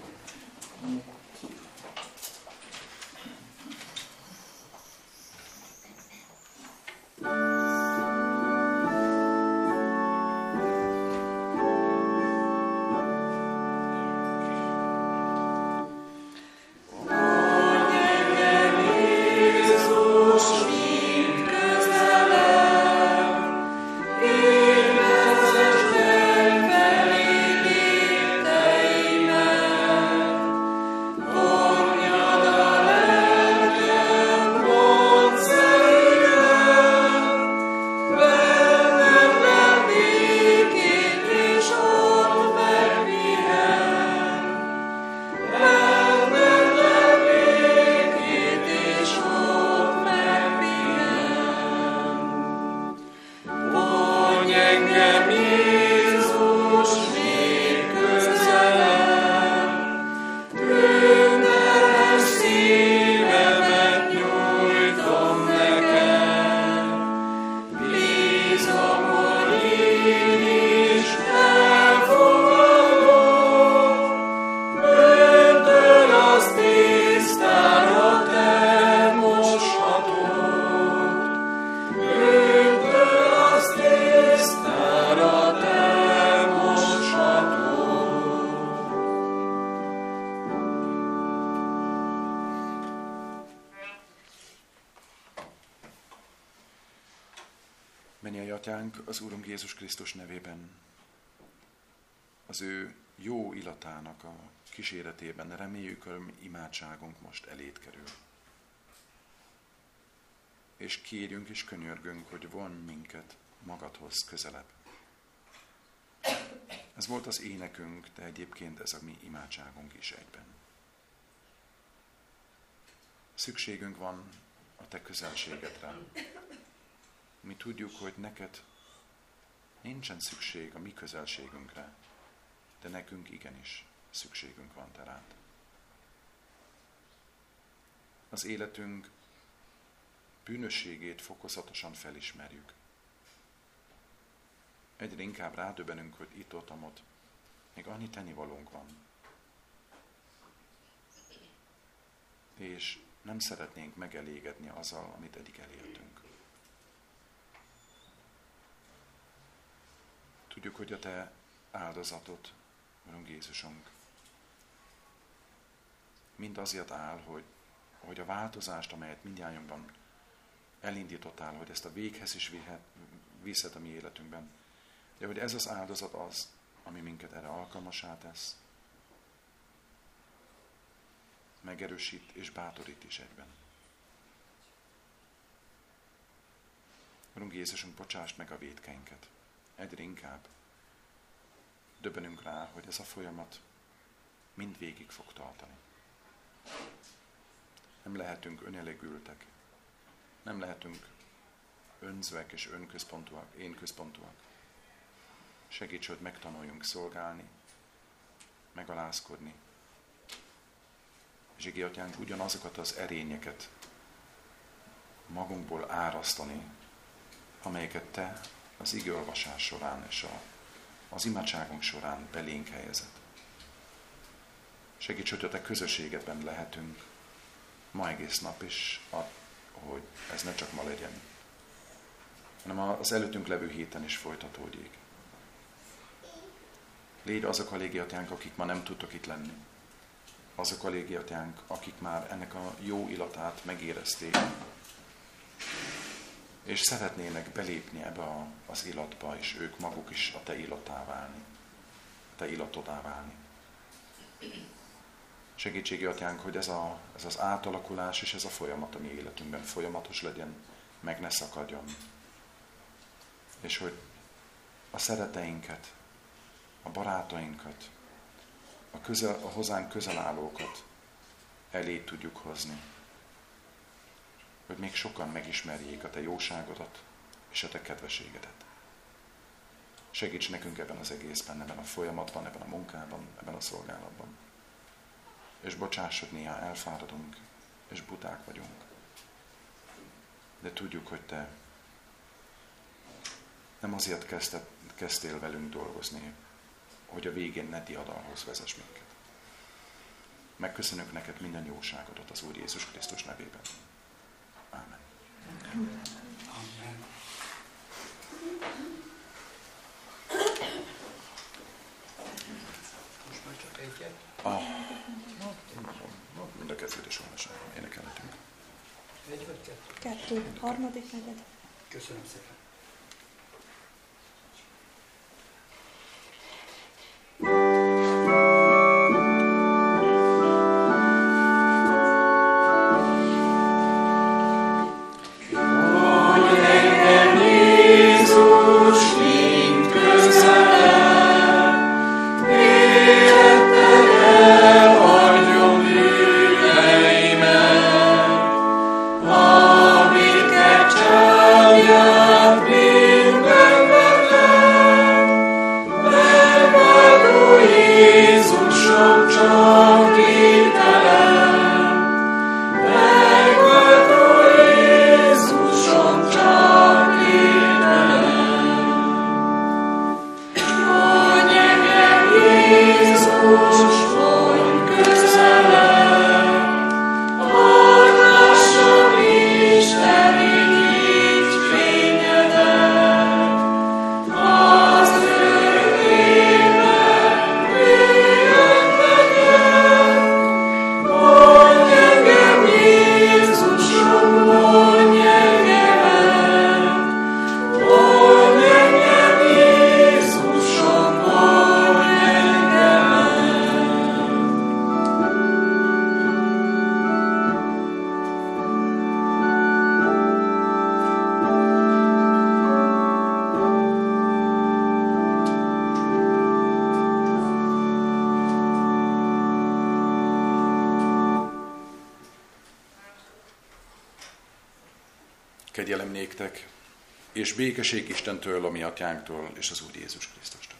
Mennyei Atyánk, az Úrunk Jézus Krisztus nevében az ő jó illatának a kíséretében reméljük, hogy imádságunk most eléd kerül. És kérjünk és könyörgünk, hogy vonj minket magadhoz közelebb. Ez volt az énekünk, de egyébként ez a mi imádságunk is egyben. Szükségünk van a te közelségedre. Mi tudjuk, hogy neked nincsen szükség a mi közelségünkre, de nekünk igenis szükségünk van te rád. Az életünk bűnösségét fokozatosan felismerjük. Egyre inkább rádöbbenünk, hogy itt-ott még annyi tennivalónk van. És nem szeretnénk megelégedni azzal, amit eddig elértünk. Tudjuk, hogy a te áldozatot Urunk Jézusunk, mind azért áll, hogy a változást, amelyet mindnyájunkban elindítottál, hogy ezt a véghez is viszed a mi életünkben, de hogy ez az áldozat az, ami minket erre alkalmassá tesz, megerősít és bátorít is egyben. Urunk Jézusunk, bocsásd meg a vétkeinket. Egyre inkább döbbenünk rá, hogy ez a folyamat mind végig fog tartani. Nem lehetünk önelégültek, nem lehetünk önzőek és önközpontúak, énközpontúak. Segíts, hogy megtanuljunk szolgálni, megalázkodni. És Ige Atyánk, ugyanazokat az erényeket magunkból árasztani, amelyeket Te az igeolvasás során és az imádságunk során belénk helyezett. Segíts, hogy a Te közösségedben lehetünk ma egész nap is, hogy ez ne csak ma legyen, hanem az előttünk levő héten is folytatódjék. Légy azok a légi atyánk, akik ma nem tudtok itt lenni. Azok a légi atyánk, akik már ennek a jó illatát megérezték, és szeretnének belépni ebbe az illatba, és ők maguk is a Te illattá válni, a Te illatodá válni. Segítségi atyánk, hogy ez az átalakulás és ez a folyamat a mi életünkben folyamatos legyen, meg ne szakadjon. És hogy a szereteinket, a barátainkat, a hozzánk közel állókat elé tudjuk hozni. Hogy még sokan megismerjék a Te jóságodat és a Te kedveségedet. Segíts nekünk ebben az egészben, ebben a folyamatban, ebben a munkában, ebben a szolgálatban. És bocsáss, hogy néha elfáradunk, és buták vagyunk. De tudjuk, hogy Te nem azért kezdtél velünk dolgozni, hogy a végén ne diadalhoz vezess minket. Megköszönök neked minden jóságodat az Úr Jézus Krisztus nevében. Ámen. Amen. Most már csak egyet. Mind a kezdődés olvasáson énekelhetünk. Egy vagy kettő? Kettő, harmadik, negyed. Köszönöm szépen. Kegyelem néktek, és békesség Istentől, a mi atyánktól, és az Úr Jézus Krisztustól.